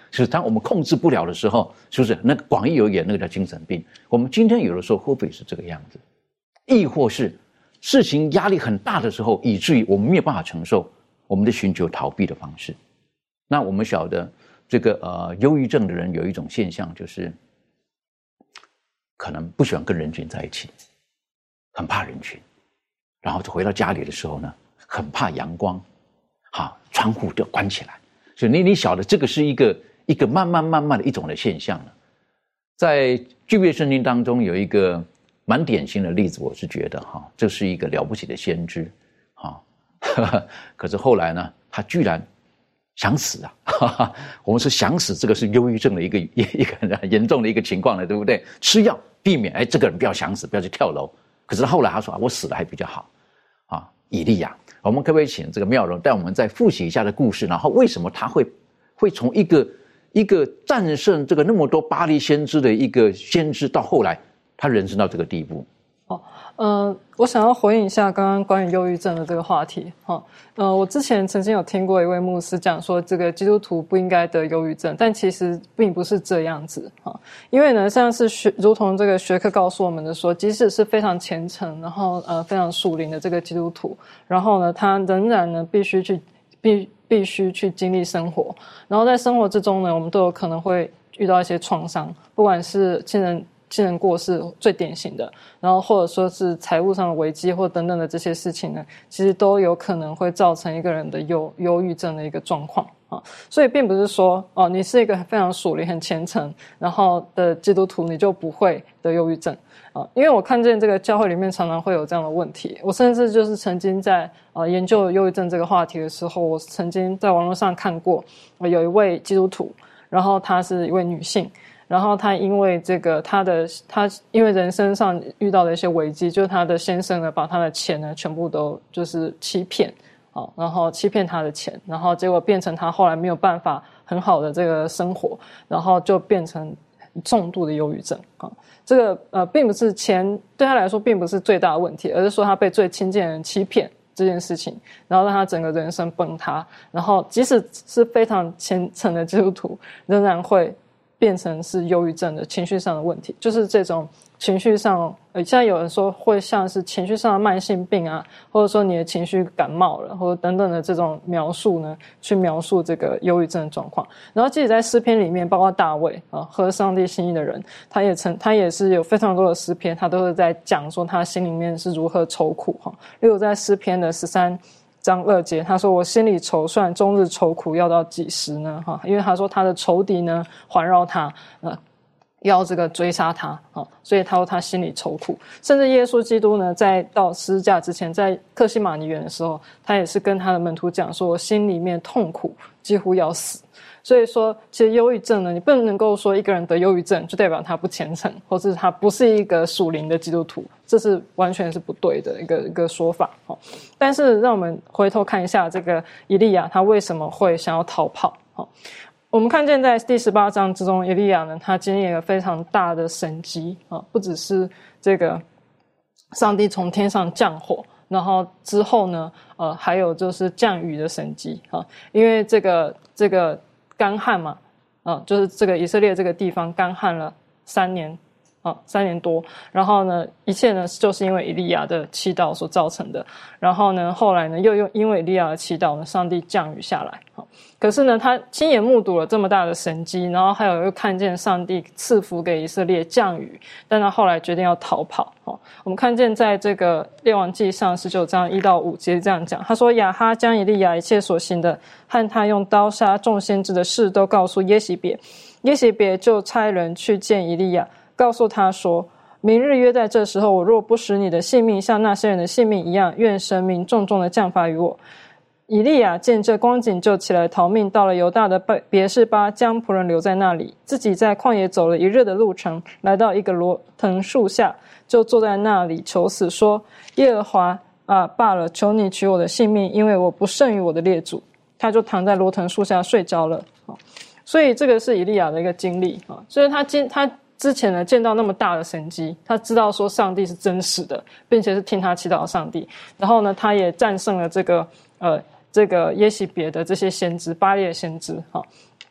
是当我们控制不了的时候，是不是那个广义而言，那个叫精神病？我们今天有的时候会不会是这个样子？亦或是事情压力很大的时候，以至于我们没有办法承受，我们在寻求逃避的方式。那我们晓得这个忧郁症的人有一种现象，就是可能不喜欢跟人群在一起，很怕人群，然后回到家里的时候呢，很怕阳光，窗户都要关起来。所以你晓得这个是一个慢慢的一种的现象了。在旧约圣经当中有一个蛮典型的例子，我是觉得这是一个了不起的先知可是后来呢，他居然想死啊！我们说想死，这个是忧郁症的一个很严重的一个情况了，对不对？吃药避免这个人不要想死，不要去跳楼。可是后来他说我死了还比较好以利亚，我们可不可以请这个妙容带我们再复习一下的故事？然后为什么他会从一个战胜这个那么多巴力先知的一个先知，到后来他人生到这个地步？ 我想要回应一下刚刚关于忧郁症的这个话题。我之前曾经有听过一位牧师讲说，这个基督徒不应该得忧郁症，但其实并不是这样子。因为呢，像是如同这个学科告诉我们的说，即使是非常虔诚，然后非常属灵的这个基督徒，然后呢，他仍然呢必须去经历生活，然后在生活之中呢，我们都有可能会遇到一些创伤，不管是亲人过世最典型的，然后或者说是财务上的危机或等等的这些事情呢，其实都有可能会造成一个人的忧郁症的一个状况所以并不是说你是一个非常属灵很虔诚然后的基督徒你就不会得忧郁症因为我看见这个教会里面常常会有这样的问题。我甚至就是曾经在研究忧郁症这个话题的时候，我曾经在网络上看过有一位基督徒，然后她是一位女性，然后她因为这个她因为人生上遇到的一些危机，就是她的先生呢把她的钱呢全部都就是欺骗然后欺骗她的钱，然后结果变成她后来没有办法很好的这个生活，然后就变成重度的忧郁症这个并不是钱对她来说并不是最大的问题，而是说她被最亲近的人欺骗这件事情，然后让她整个人生崩塌，然后即使是非常虔诚的基督徒，仍然会变成是忧郁症的情绪上的问题，就是这种情绪上现在有人说会像是情绪上的慢性病啊，或者说你的情绪感冒了或者等等的这种描述呢，去描述这个忧郁症的状况。然后即使在诗篇里面，包括大卫合上帝心意的人，他也是有非常多的诗篇，他都是在讲说他心里面是如何愁苦例如在诗篇的13章2节，他说我心里筹算，终日愁苦，要到几时呢因为他说他的仇敌呢环绕他要这个追杀他所以他说他心里愁苦。甚至耶稣基督呢在到十字架之前，在客西马尼园的时候，他也是跟他的门徒讲说我心里面痛苦，几乎要死。所以说其实忧郁症呢，你不能够说一个人得忧郁症就代表他不虔诚，或是他不是一个属灵的基督徒，这是完全是不对的一个说法但是让我们回头看一下这个以利亚他为什么会想要逃跑我们看见在第18章之中，以利亚呢他经历了非常大的神迹不只是这个上帝从天上降火，然后之后呢还有就是降雨的神迹因为这个干旱嘛就是这个以色列这个地方干旱了3年多，然后呢一切呢就是因为以利亚的祈祷所造成的。然后呢后来呢又因为以利亚的祈祷呢，上帝降雨下来可是呢他亲眼目睹了这么大的神迹，然后还有又看见上帝赐福给以色列降雨，但他后来决定要逃跑我们看见在这个列王记上19章1到5节这样讲，他说亚哈将以利亚一切所行的和他用刀杀众先知的事都告诉耶洗别，耶洗别就差人去见以利亚，告诉他说明日约在这时候，我若不使你的性命像那些人的性命一样，愿神明重重的降罚于我。以利亚见这光景，就起来逃命，到了犹大的别是巴，将仆人留在那里，自己在旷野走了1日的路程，来到一个罗藤树下，就坐在那里求死，说耶和华罢了，求你取我的性命，因为我不胜于我的列祖。他就躺在罗藤树下睡着了所以这个是以利亚的一个经历所以他之前呢见到那么大的神迹，他知道说上帝是真实的，并且是听他祈祷的上帝。然后呢他也战胜了这个耶洗别的这些先知，巴力的先知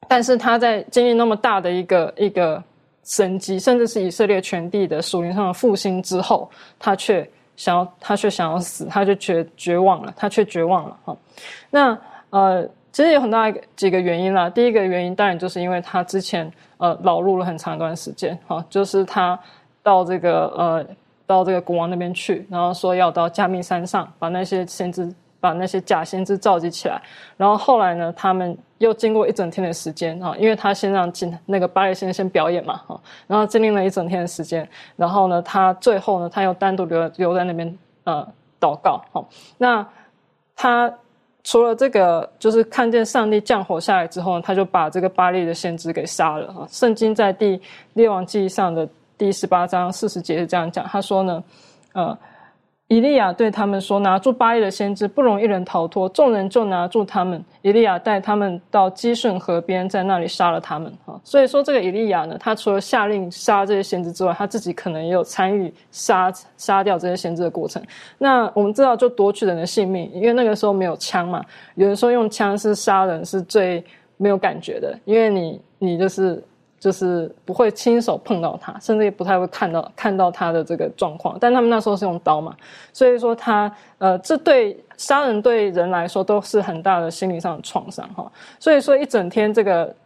但是他在经历那么大的一个神迹，甚至是以色列全地的属灵上的复兴之后，他却想要死，他就绝望了，他却绝望了哈。那其实有很大几个原因啦。第一个原因当然就是因为他之前劳碌了很长一段时间哈，就是他到这个国王那边去，然后说要到加密山上把那些假先知召集起来，然后后来呢，他们又经过一整天的时间啊，因为他先让那个巴力先生表演嘛，然后经历了一整天的时间，然后呢，他最后呢，他又单独留在那边祷告。那他除了这个，就是看见上帝降火下来之后呢，他就把这个巴力的先知给杀了啊。圣经在列王记上的第18章40节是这样讲，他说呢，以利亚对他们说，拿住巴力的先知不容一人逃脱，众人就拿住他们。以利亚带他们到基顺河边，在那里杀了他们。所以说这个以利亚呢，他除了下令杀这些先知之外，他自己可能也有参与杀掉这些先知的过程。那我们知道就夺取人的性命，因为那个时候没有枪嘛，有人说用枪是杀人是最没有感觉的，因为你就是不会亲手碰到他，甚至也不太会看到他的这个状况。但他们那时候是用刀嘛，所以说这对杀人对人来说都是很大的心理上的创伤哈。所以说一整天这个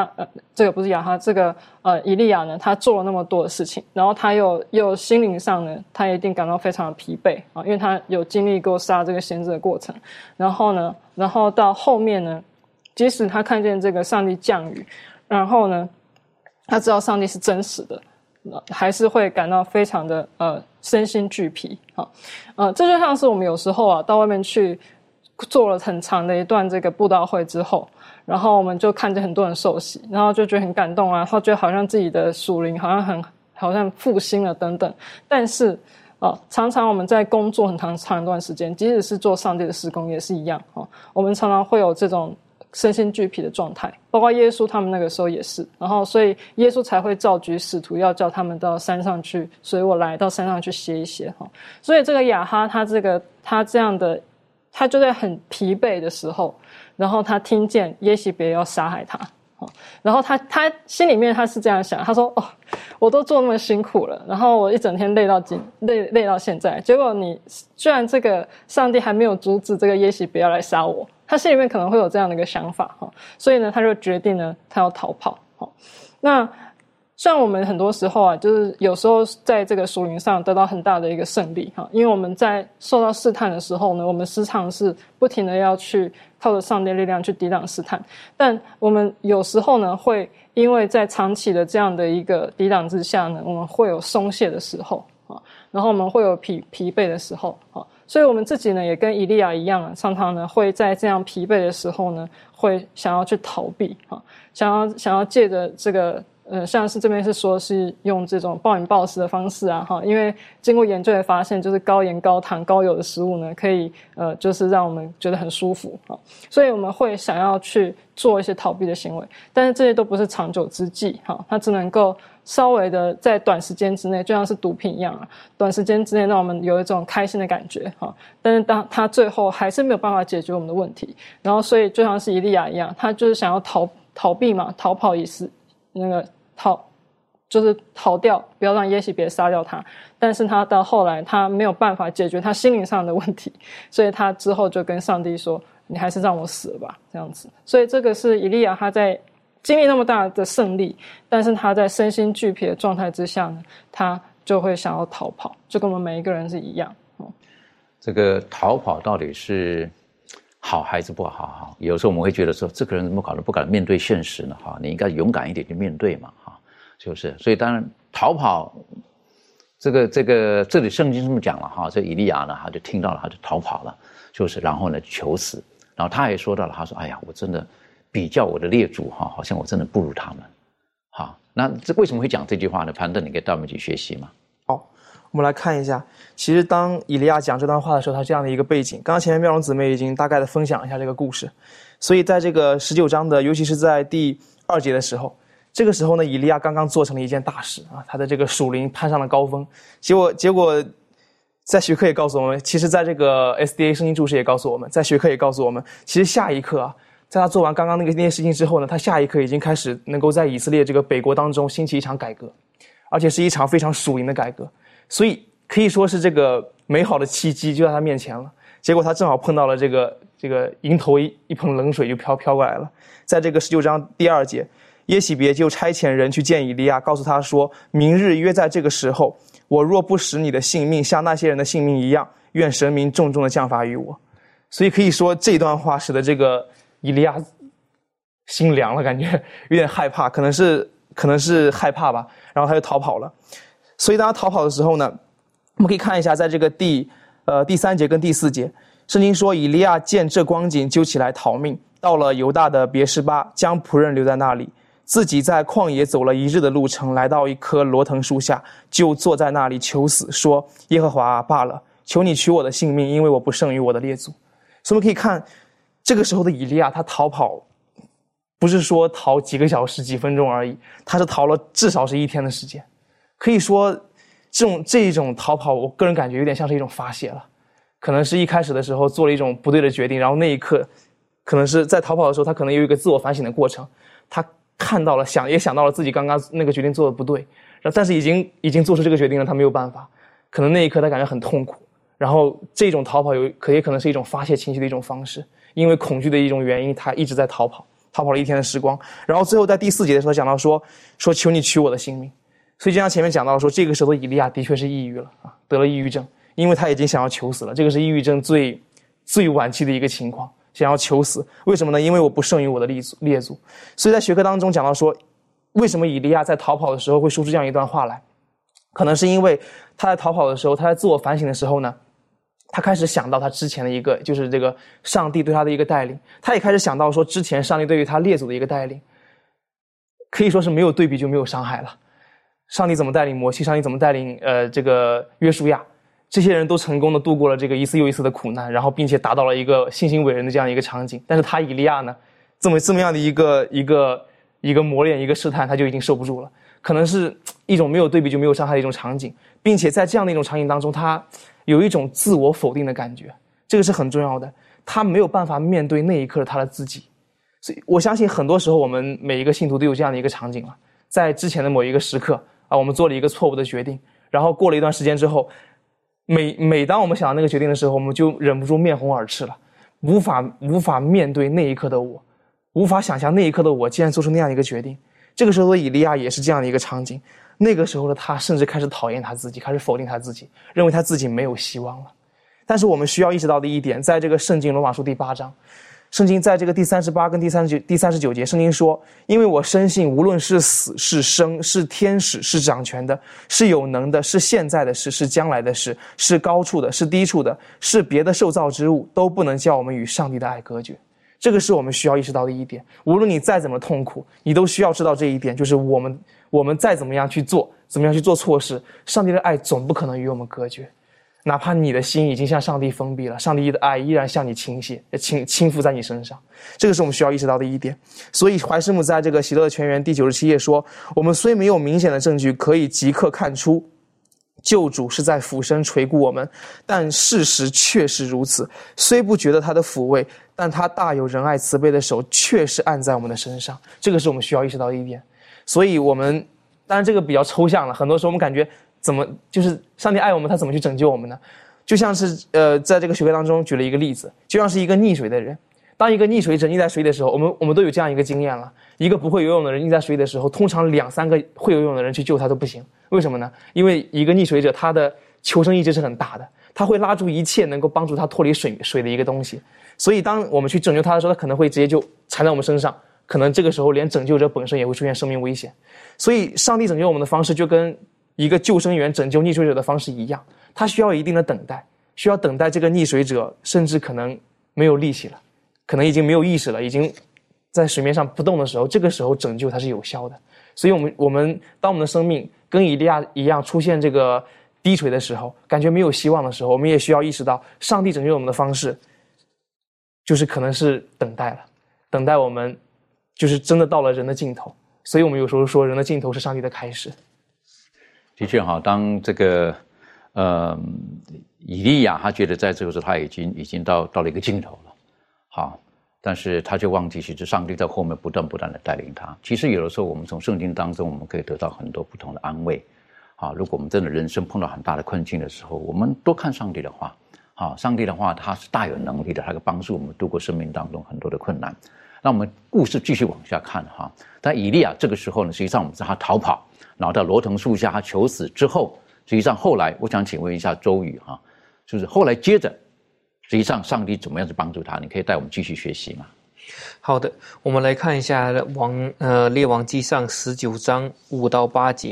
以利亚呢，他做了那么多的事情，然后他又心灵上呢，他一定感到非常的疲惫啊，因为他有经历过杀这个先知的过程。然后到后面呢，即使他看见这个上帝降雨，然后呢，他知道上帝是真实的，还是会感到非常的身心俱疲。这就像是我们有时候到外面去做了很长的一段这个布道会之后，然后我们就看见很多人受洗，然后就觉得很感动啊，然后觉得好像自己的属灵好像复兴了等等。但是常常我们在工作很长一段时间，即使是做上帝的事工也是一样，我们常常会有这种身心俱疲的状态，包括耶稣他们那个时候也是，然后所以耶稣才会召集使徒，要叫他们到山上去，随我来到山上去歇一歇。所以这个亚哈他这样的，他就在很疲惫的时候，然后他听见耶洗别要杀害他，然后他心里面他是这样想，他说我都做那么辛苦了，然后我一整天累到现在，结果你居然这个上帝还没有阻止这个耶洗别要来杀我，他心里面可能会有这样的一个想法，所以呢，他就决定呢，他要逃跑。那像我们很多时候就是有时候在这个属灵上得到很大的一个胜利，因为我们在受到试探的时候呢，我们时常是不停的要去靠着上帝的力量去抵挡试探，但我们有时候呢，会因为在长期的这样的一个抵挡之下呢，我们会有松懈的时候，然后我们会有疲惫的时候，所以我们自己呢也跟以利亚一样，常常呢会在这样疲惫的时候呢，会想要去逃避，想要借着这个像是这边是说是用这种暴饮暴食的方式因为经过研究也发现，就是高盐、高糖、高油的食物呢，可以就是让我们觉得很舒服，所以我们会想要去做一些逃避的行为，但是这些都不是长久之计，它只能够稍微的在短时间之内，就像是毒品一样短时间之内让我们有一种开心的感觉，但是当他最后还是没有办法解决我们的问题，然后所以就像是以利亚一样，他就是想要逃避嘛，逃跑也是就是逃掉，不要让耶洗别杀掉他。但是他到后来他没有办法解决他心灵上的问题，所以他之后就跟上帝说，你还是让我死了吧，这样子。所以这个是以利亚他在经历那么大的胜利，但是他在身心俱疲的状态之下呢，他就会想要逃跑，就跟我们每一个人是一样。 这个逃跑到底是好还是不好？有时候我们会觉得说，这个人怎么搞得不敢面对现实呢？你应该勇敢一点去面对嘛，就是。所以当然逃跑，这里圣经这么讲了这以利亚呢，他就听到了，他就逃跑了，就是然后呢求死，然后他也说到了，他说：“哎呀，我真的比较我的列祖好像我真的不如他们。”那这为什么会讲这句话呢？潘登，你可以带我们一起学习吗？ 好，我们来看一下，其实当以利亚讲这段话的时候，他这样的一个背景，刚刚前面妙容姊妹已经大概的分享一下这个故事，所以在这个19章的，尤其是在第2节的时候，这个时候呢，以利亚刚刚做成了一件大事他的这个属灵攀上了高峰，结果在学科也告诉我们，其实在这个 SDA 圣经注释也告诉我们，在学科也告诉我们，其实下一刻在他做完刚刚那些事情之后呢，他下一刻已经开始能够在以色列这个北国当中兴起一场改革，而且是一场非常属灵的改革，所以可以说是这个美好的契机就在他面前了。结果他正好碰到了这个迎头一盆冷水就飘过来了。在这个19章第2节，耶洗别就差遣人去见以利亚，告诉他说：明日约在这个时候，我若不使你的性命像那些人的性命一样，愿神明重重的降罚于我。所以可以说这段话使得这个以利亚心凉了，感觉有点害怕，可能是害怕吧，然后他就逃跑了。所以当他逃跑的时候呢，我们可以看一下，在这个第3节跟第4节，圣经说以利亚见这光景，就起来逃命，到了犹大的别是巴，将仆人留在那里，自己在旷野走了1日的路程，来到一棵罗藤树下，就坐在那里求死，说：耶和华啊，罢了，求你取我的性命，因为我不胜于我的列祖。所以我们可以看这个时候的以利亚，他逃跑不是说逃几个小时几分钟而已，他是逃了至少是1天的时间。可以说这种逃跑，我个人感觉有点像是一种发泄了，可能是一开始的时候做了一种不对的决定，然后那一刻可能是在逃跑的时候，他可能有一个自我反省的过程，他看到了也想到了自己刚刚那个决定做的不对，但是已经做出这个决定了，他没有办法，可能那一刻他感觉很痛苦，然后这种逃跑也可能是一种发泄情绪的一种方式，因为恐惧的一种原因，他一直在逃跑了1天的时光。然后最后在第4节的时候讲到说求你取我的性命。所以就像前面讲到说，这个时候的以利亚的确是抑郁了啊，得了抑郁症，因为他已经想要求死了，这个是抑郁症最晚期的一个情况，想要求死。为什么呢？因为我不胜于我的列祖。所以在学科当中讲到说，为什么以利亚在逃跑的时候会说出这样一段话来，可能是因为他在逃跑的时候，他在自我反省的时候呢，他开始想到他之前的一个，就是这个上帝对他的一个带领，他也开始想到说之前上帝对于他列祖的一个带领，可以说是没有对比就没有伤害了。上帝怎么带领摩西，上帝怎么带领这个约书亚，这些人都成功的度过了这个一次又一次的苦难，然后并且达到了一个信心伟人的这样一个场景。但是他以利亚呢，这么样的一个磨练，一个试探，他就已经受不住了。可能是一种没有对比就没有伤害的一种场景，并且在这样的一种场景当中，他有一种自我否定的感觉，这个是很重要的。他没有办法面对那一刻他的自己。所以我相信很多时候我们每一个信徒都有这样的一个场景了，在之前的某一个时刻啊，我们做了一个错误的决定，然后过了一段时间之后，每当我们想到那个决定的时候，我们就忍不住面红耳赤了，无法面对那一刻的我，无法想象那一刻的我竟然做出那样一个决定。这个时候的以利亚也是这样的一个场景，那个时候的他甚至开始讨厌他自己，开始否定他自己，认为他自己没有希望了。但是我们需要意识到的一点，在这个圣经罗马书第8章，圣经在这个第38跟第39节，圣经说：因为我深信无论是死是生，是天使，是掌权的，是有能的，是现在的事，是将来的事，是高处的，是低处的，是别的受造之物，都不能叫我们与上帝的爱隔绝。这个是我们需要意识到的一点。无论你再怎么痛苦，你都需要知道这一点，就是我们再怎么样去做错事，上帝的爱总不可能与我们隔绝。哪怕你的心已经向上帝封闭了，上帝的爱依然向你倾覆在你身上，这个是我们需要意识到的一点。所以怀师母在这个喜乐的泉源第97页说，我们虽没有明显的证据可以即刻看出救主是在俯身垂顾我们，但事实确实如此。虽不觉得他的抚慰，但他大有仁爱慈悲的手确实按在我们的身上，这个是我们需要意识到的一点。所以我们当然这个比较抽象了，很多时候我们感觉怎么就是上帝爱我们，他怎么去拯救我们呢？就像是在这个学科当中举了一个例子，就像是一个溺水的人，当一个溺水者溺在水的时候，我们都有这样一个经验了，一个不会游泳的人溺在水的时候，通常2-3个会游泳的人去救他都不行。为什么呢？因为一个溺水者他的求生意志是很大的，他会拉住一切能够帮助他脱离水的一个东西，所以当我们去拯救他的时候，他可能会直接就缠在我们身上，可能这个时候连拯救者本身也会出现生命危险。所以上帝拯救我们的方式就跟一个救生员拯救溺水者的方式一样，他需要一定的等待，需要等待这个溺水者甚至可能没有力气了，可能已经没有意识了，已经在水面上不动的时候，这个时候拯救它是有效的。所以我们当我们的生命跟以利亚一样出现这个低垂的时候，感觉没有希望的时候，我们也需要意识到上帝拯救我们的方式就是可能是等待了，等待我们就是真的到了人的尽头。所以我们有时候说人的尽头是上帝的开始。 的确哈，当这个以利亚他觉得在这个时候他已经到了一个尽头了。好， 但是他就忘记，其实上帝在后面不断的带领他。其实有的时候我们从圣经当中，我们可以得到很多不同的安慰。如果我们真的人生碰到很大的困境的时候，我们多看上帝的话。上帝的话他是大有能力的，他可以帮助我们度过生命当中很多的困难。那我们故事继续往下看但以利亚这个时候呢，实际上我们知道他逃跑，然后到罗藤树下他求死之后，实际上后来我想请问一下周宇就是后来接着实际上上帝怎么样去帮助他？你可以带我们继续学习吗？ 好的，我们来看一下列王纪上19章5到8节。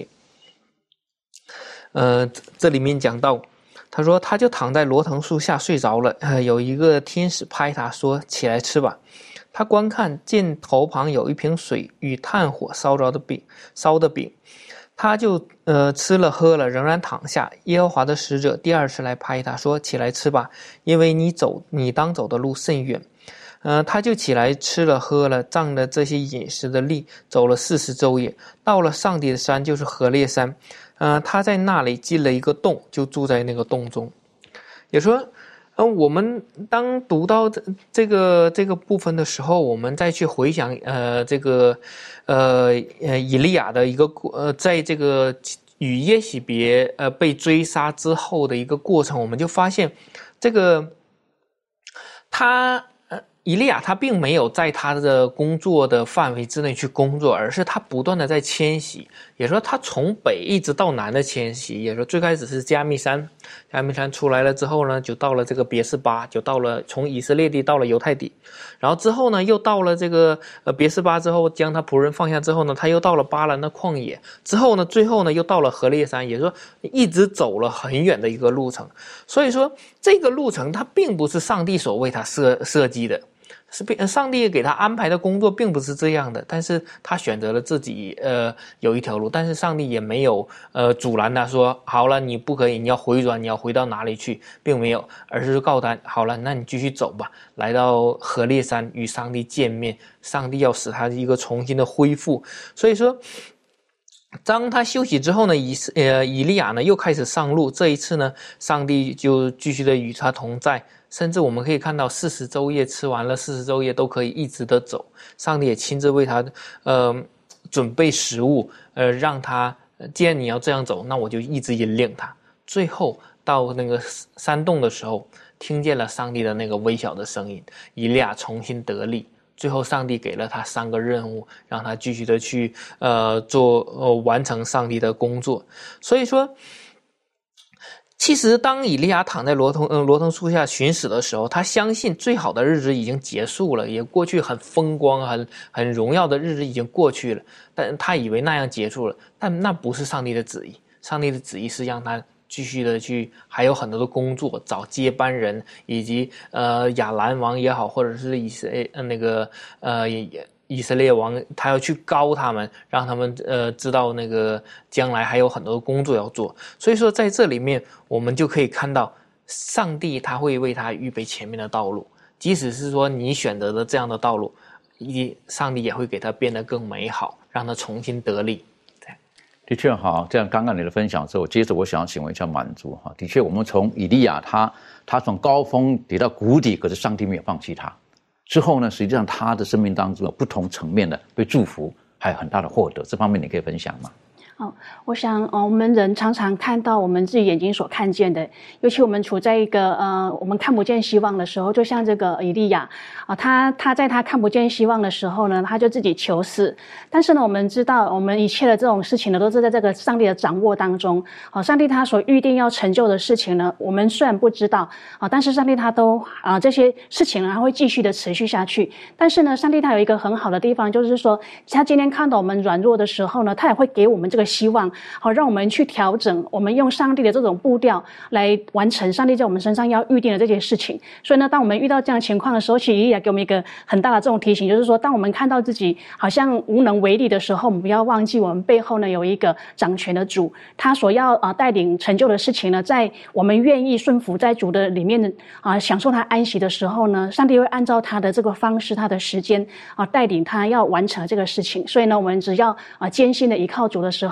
这里面讲到，他说他就躺在罗藤树下睡着了，有一个天使拍他说起来吃吧。他观看见头旁有一瓶水与炭火烧的饼，他就吃了喝了，仍然躺下。耶和华的使者第二次来拍他说起来吃吧，因为你当走的路甚远。他就起来吃了喝了，仗着这些饮食的力，走了40昼夜，到了上帝的山，就是何烈山。他在那里进了一个洞，就住在那个洞中。也说我们当读到这个部分的时候，我们再去回想以利亚的一个在这个与耶洗别被追杀之后的一个过程，我们就发现这个以利亚他并没有在他的工作的范围之内去工作，而是他不断的在迁徙。也说他从北一直到南的迁徙。也说最开始是加密山出来了之后呢，就到了这个别是巴，就到了从以色列地到了犹太地，然后之后呢又到了这个别是巴之后，将他仆人放下之后呢，他又到了巴兰的旷野，之后呢最后呢又到了何烈山。也说一直走了很远的一个路程。所以说这个路程他并不是上帝所为他设计的，上帝给他安排的工作并不是这样的，但是他选择了自己有一条路，但是上帝也没有阻拦他说好了你不可以，你要回转，你要回到哪里去，并没有，而是告诉他好了，那你继续走吧，来到何烈山与上帝见面，上帝要使他一个重新的恢复。所以说当他休息之后呢，以利亚呢又开始上路，这一次呢上帝就继续的与他同在，甚至我们可以看到40昼夜吃完了，40昼夜都可以一直的走，上帝也亲自为他准备食物，让他既然你要这样走，那我就一直引领他。最后到那个山洞的时候，听见了上帝的那个微小的声音，以利亚重新得力。最后上帝给了他3个任务，让他继续的去完成上帝的工作。所以说其实当以利亚躺在罗藤树下寻死的时候，他相信最好的日子已经结束了，也过去很风光很荣耀的日子已经过去了，但他以为那样结束了，但那不是上帝的旨意。上帝的旨意是让他继续的去还有很多的工作，找接班人，以及亚兰王也好，或者是以色列王，他要去膏他们，让他们知道那个将来还有很多的工作要做。所以说在这里面我们就可以看到上帝他会为他预备前面的道路，即使是说你选择的这样的道路，上帝也会给他变得更美好，让他重新得力。 的确这样刚刚你的分享之后，接着我想要请问一下满足的确我们从以利亚他从高峰跌到谷底，可是上帝没有放弃他。之后呢，实际上他的生命当中有不同层面的被祝福，还有很大的获得，这方面你可以分享吗？ 我想我们人常常看到我们自己眼睛所看见的，尤其我们处在一个我们看不见希望的时候，就像这个以利亚他在他看不见希望的时候呢，他就自己求死。但是呢，我们知道我们一切的这种事情呢，都是在这个上帝的掌握当中。上帝他所预定要成就的事情呢，我们虽然不知道但是上帝他都这些事情呢，他会继续的持续下去。但是呢，上帝他有一个很好的地方，就是说他今天看到我们软弱的时候呢，他也会给我们这个希望，让我们去调整，我们用上帝的这种步调来完成上帝在我们身上要预定的这件事情。所以呢，当我们遇到这样的情况的时候，其实以利亚给我们一个很大的这种提醒，就是说当我们看到自己好像无能为力的时候，我们不要忘记我们背后呢有一个掌权的主，他所要带领成就的事情呢，在我们愿意顺服在主的里面享受他安息的时候呢，上帝会按照他的这个方式，他的时间带领他要完成这个事情。所以呢，我们只要艰辛的依靠主的时候，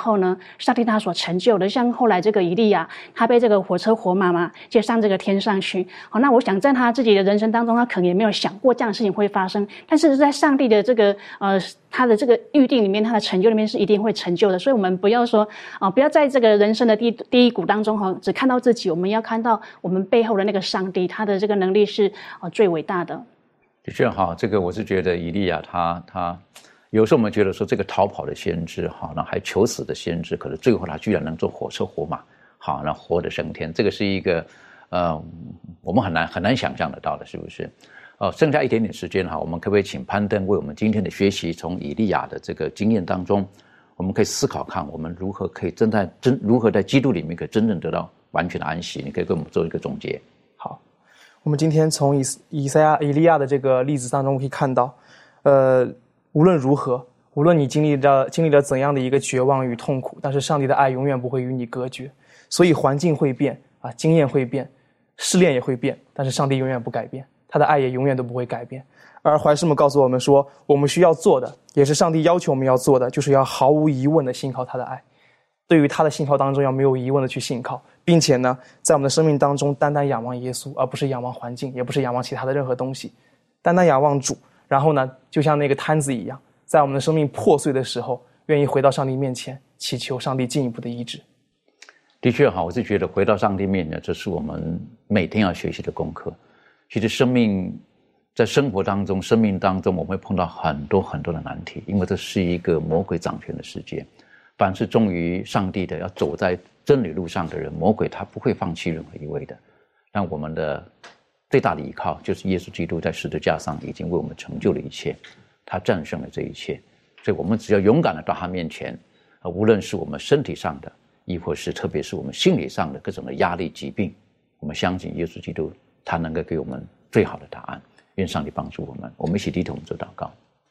候呢，上帝他所成就的，像后来这个以利亚，他被这个火车火马嘛接上这个天上去。好，那我想在他自己的人生当中，他可能也没有想过这样的事情会发生，但是在上帝的这个他的这个预定里面，他的成就里面是一定会成就的。所以我们不要说不要在这个人生的第一股当中只看到自己，我们要看到我们背后的那个上帝，他的这个能力是最伟大的。 的确这个我是觉得以利亚他有时候我们觉得说这个逃跑的先知那还求死的先知，可是最后他居然能做火车火马，那活得升天，这个是一个我们很难想象得到的，是不是？剩下一点点时间我们可不可以请攀登为我们今天的学习，从以利亚的这个经验当中，我们可以思考看我们如何可以如何在基督里面可以真正得到完全的安息？你可以给我们做一个总结。 好，我们今天从以利亚的这个例子当中可以看到，无论如何，无论你经历了怎样的一个绝望与痛苦，但是上帝的爱永远不会与你隔绝。所以环境会变经验会变，试炼也会变，但是上帝永远不改变，他的爱也永远都不会改变。而怀士们告诉我们说，我们需要做的，也是上帝要求我们要做的，就是要毫无疑问的信靠他的爱。对于他的信靠当中要没有疑问的去信靠，并且呢，在我们的生命当中单单仰望耶稣，而不是仰望环境，也不是仰望其他的任何东西，单单仰望主。然后呢，就像那个摊子一样，在我们的生命破碎的时候，愿意回到上帝面前，祈求上帝进一步的医治。 的确我是觉得回到上帝面前，这是我们每天要学习的功课。其实在生活当中生命当中，我们会碰到很多很多的难题，因为这是一个魔鬼掌权的世界。凡是忠于上帝的，要走在真理路上的人，魔鬼他不会放弃任何一位的。但我们的最大的依靠就是耶稣基督在十字架上已经为我们成就了一切，他战胜了这一切。所以我们只要勇敢的到他面前，无论是我们身体上的，亦或是特别是我们心理上的各种的压力疾病，我们相信耶稣基督他能够给我们最好的答案。愿上帝帮助我们，我们一起低头做祷告。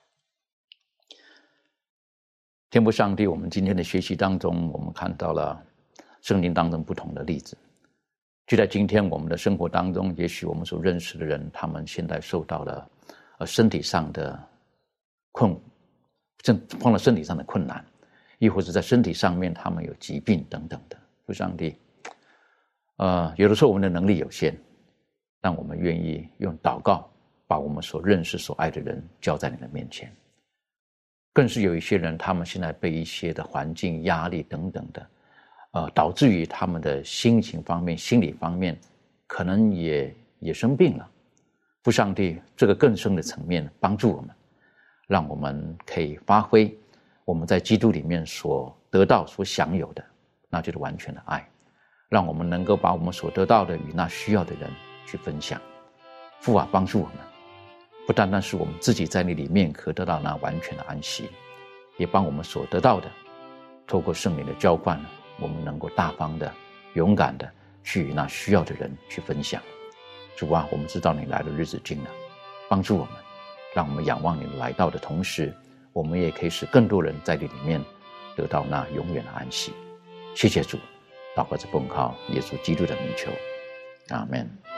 天父上帝，我们今天的学习当中，我们看到了圣经当中不同的例子。就在今天我们的生活当中，也许我们所认识的人，他们现在受到了身体上的碰到身体上的困难，亦或者在身体上面他们有疾病等等的。父上帝，有的时候我们的能力有限，但我们愿意用祷告把我们所认识所爱的人交在你的面前。更是有一些人，他们现在被一些的环境压力等等的导致于他们的心情方面心理方面可能也生病了。父上帝，这个更深的层面帮助我们，让我们可以发挥我们在基督里面所得到所享有的，那就是完全的爱，让我们能够把我们所得到的与那需要的人去分享。父啊，帮助我们，不单单是我们自己在你里面可得到那完全的安息，也帮我们所得到的透过圣灵的浇灌，我们能够大方的勇敢的去与那需要的人去分享。主啊，我们知道你来的日子近了，帮助我们，让我们仰望你来到的同时，我们也可以使更多人在你里面得到那永远的安息。谢谢主，祷告是奉靠耶稣基督的名求，阿们。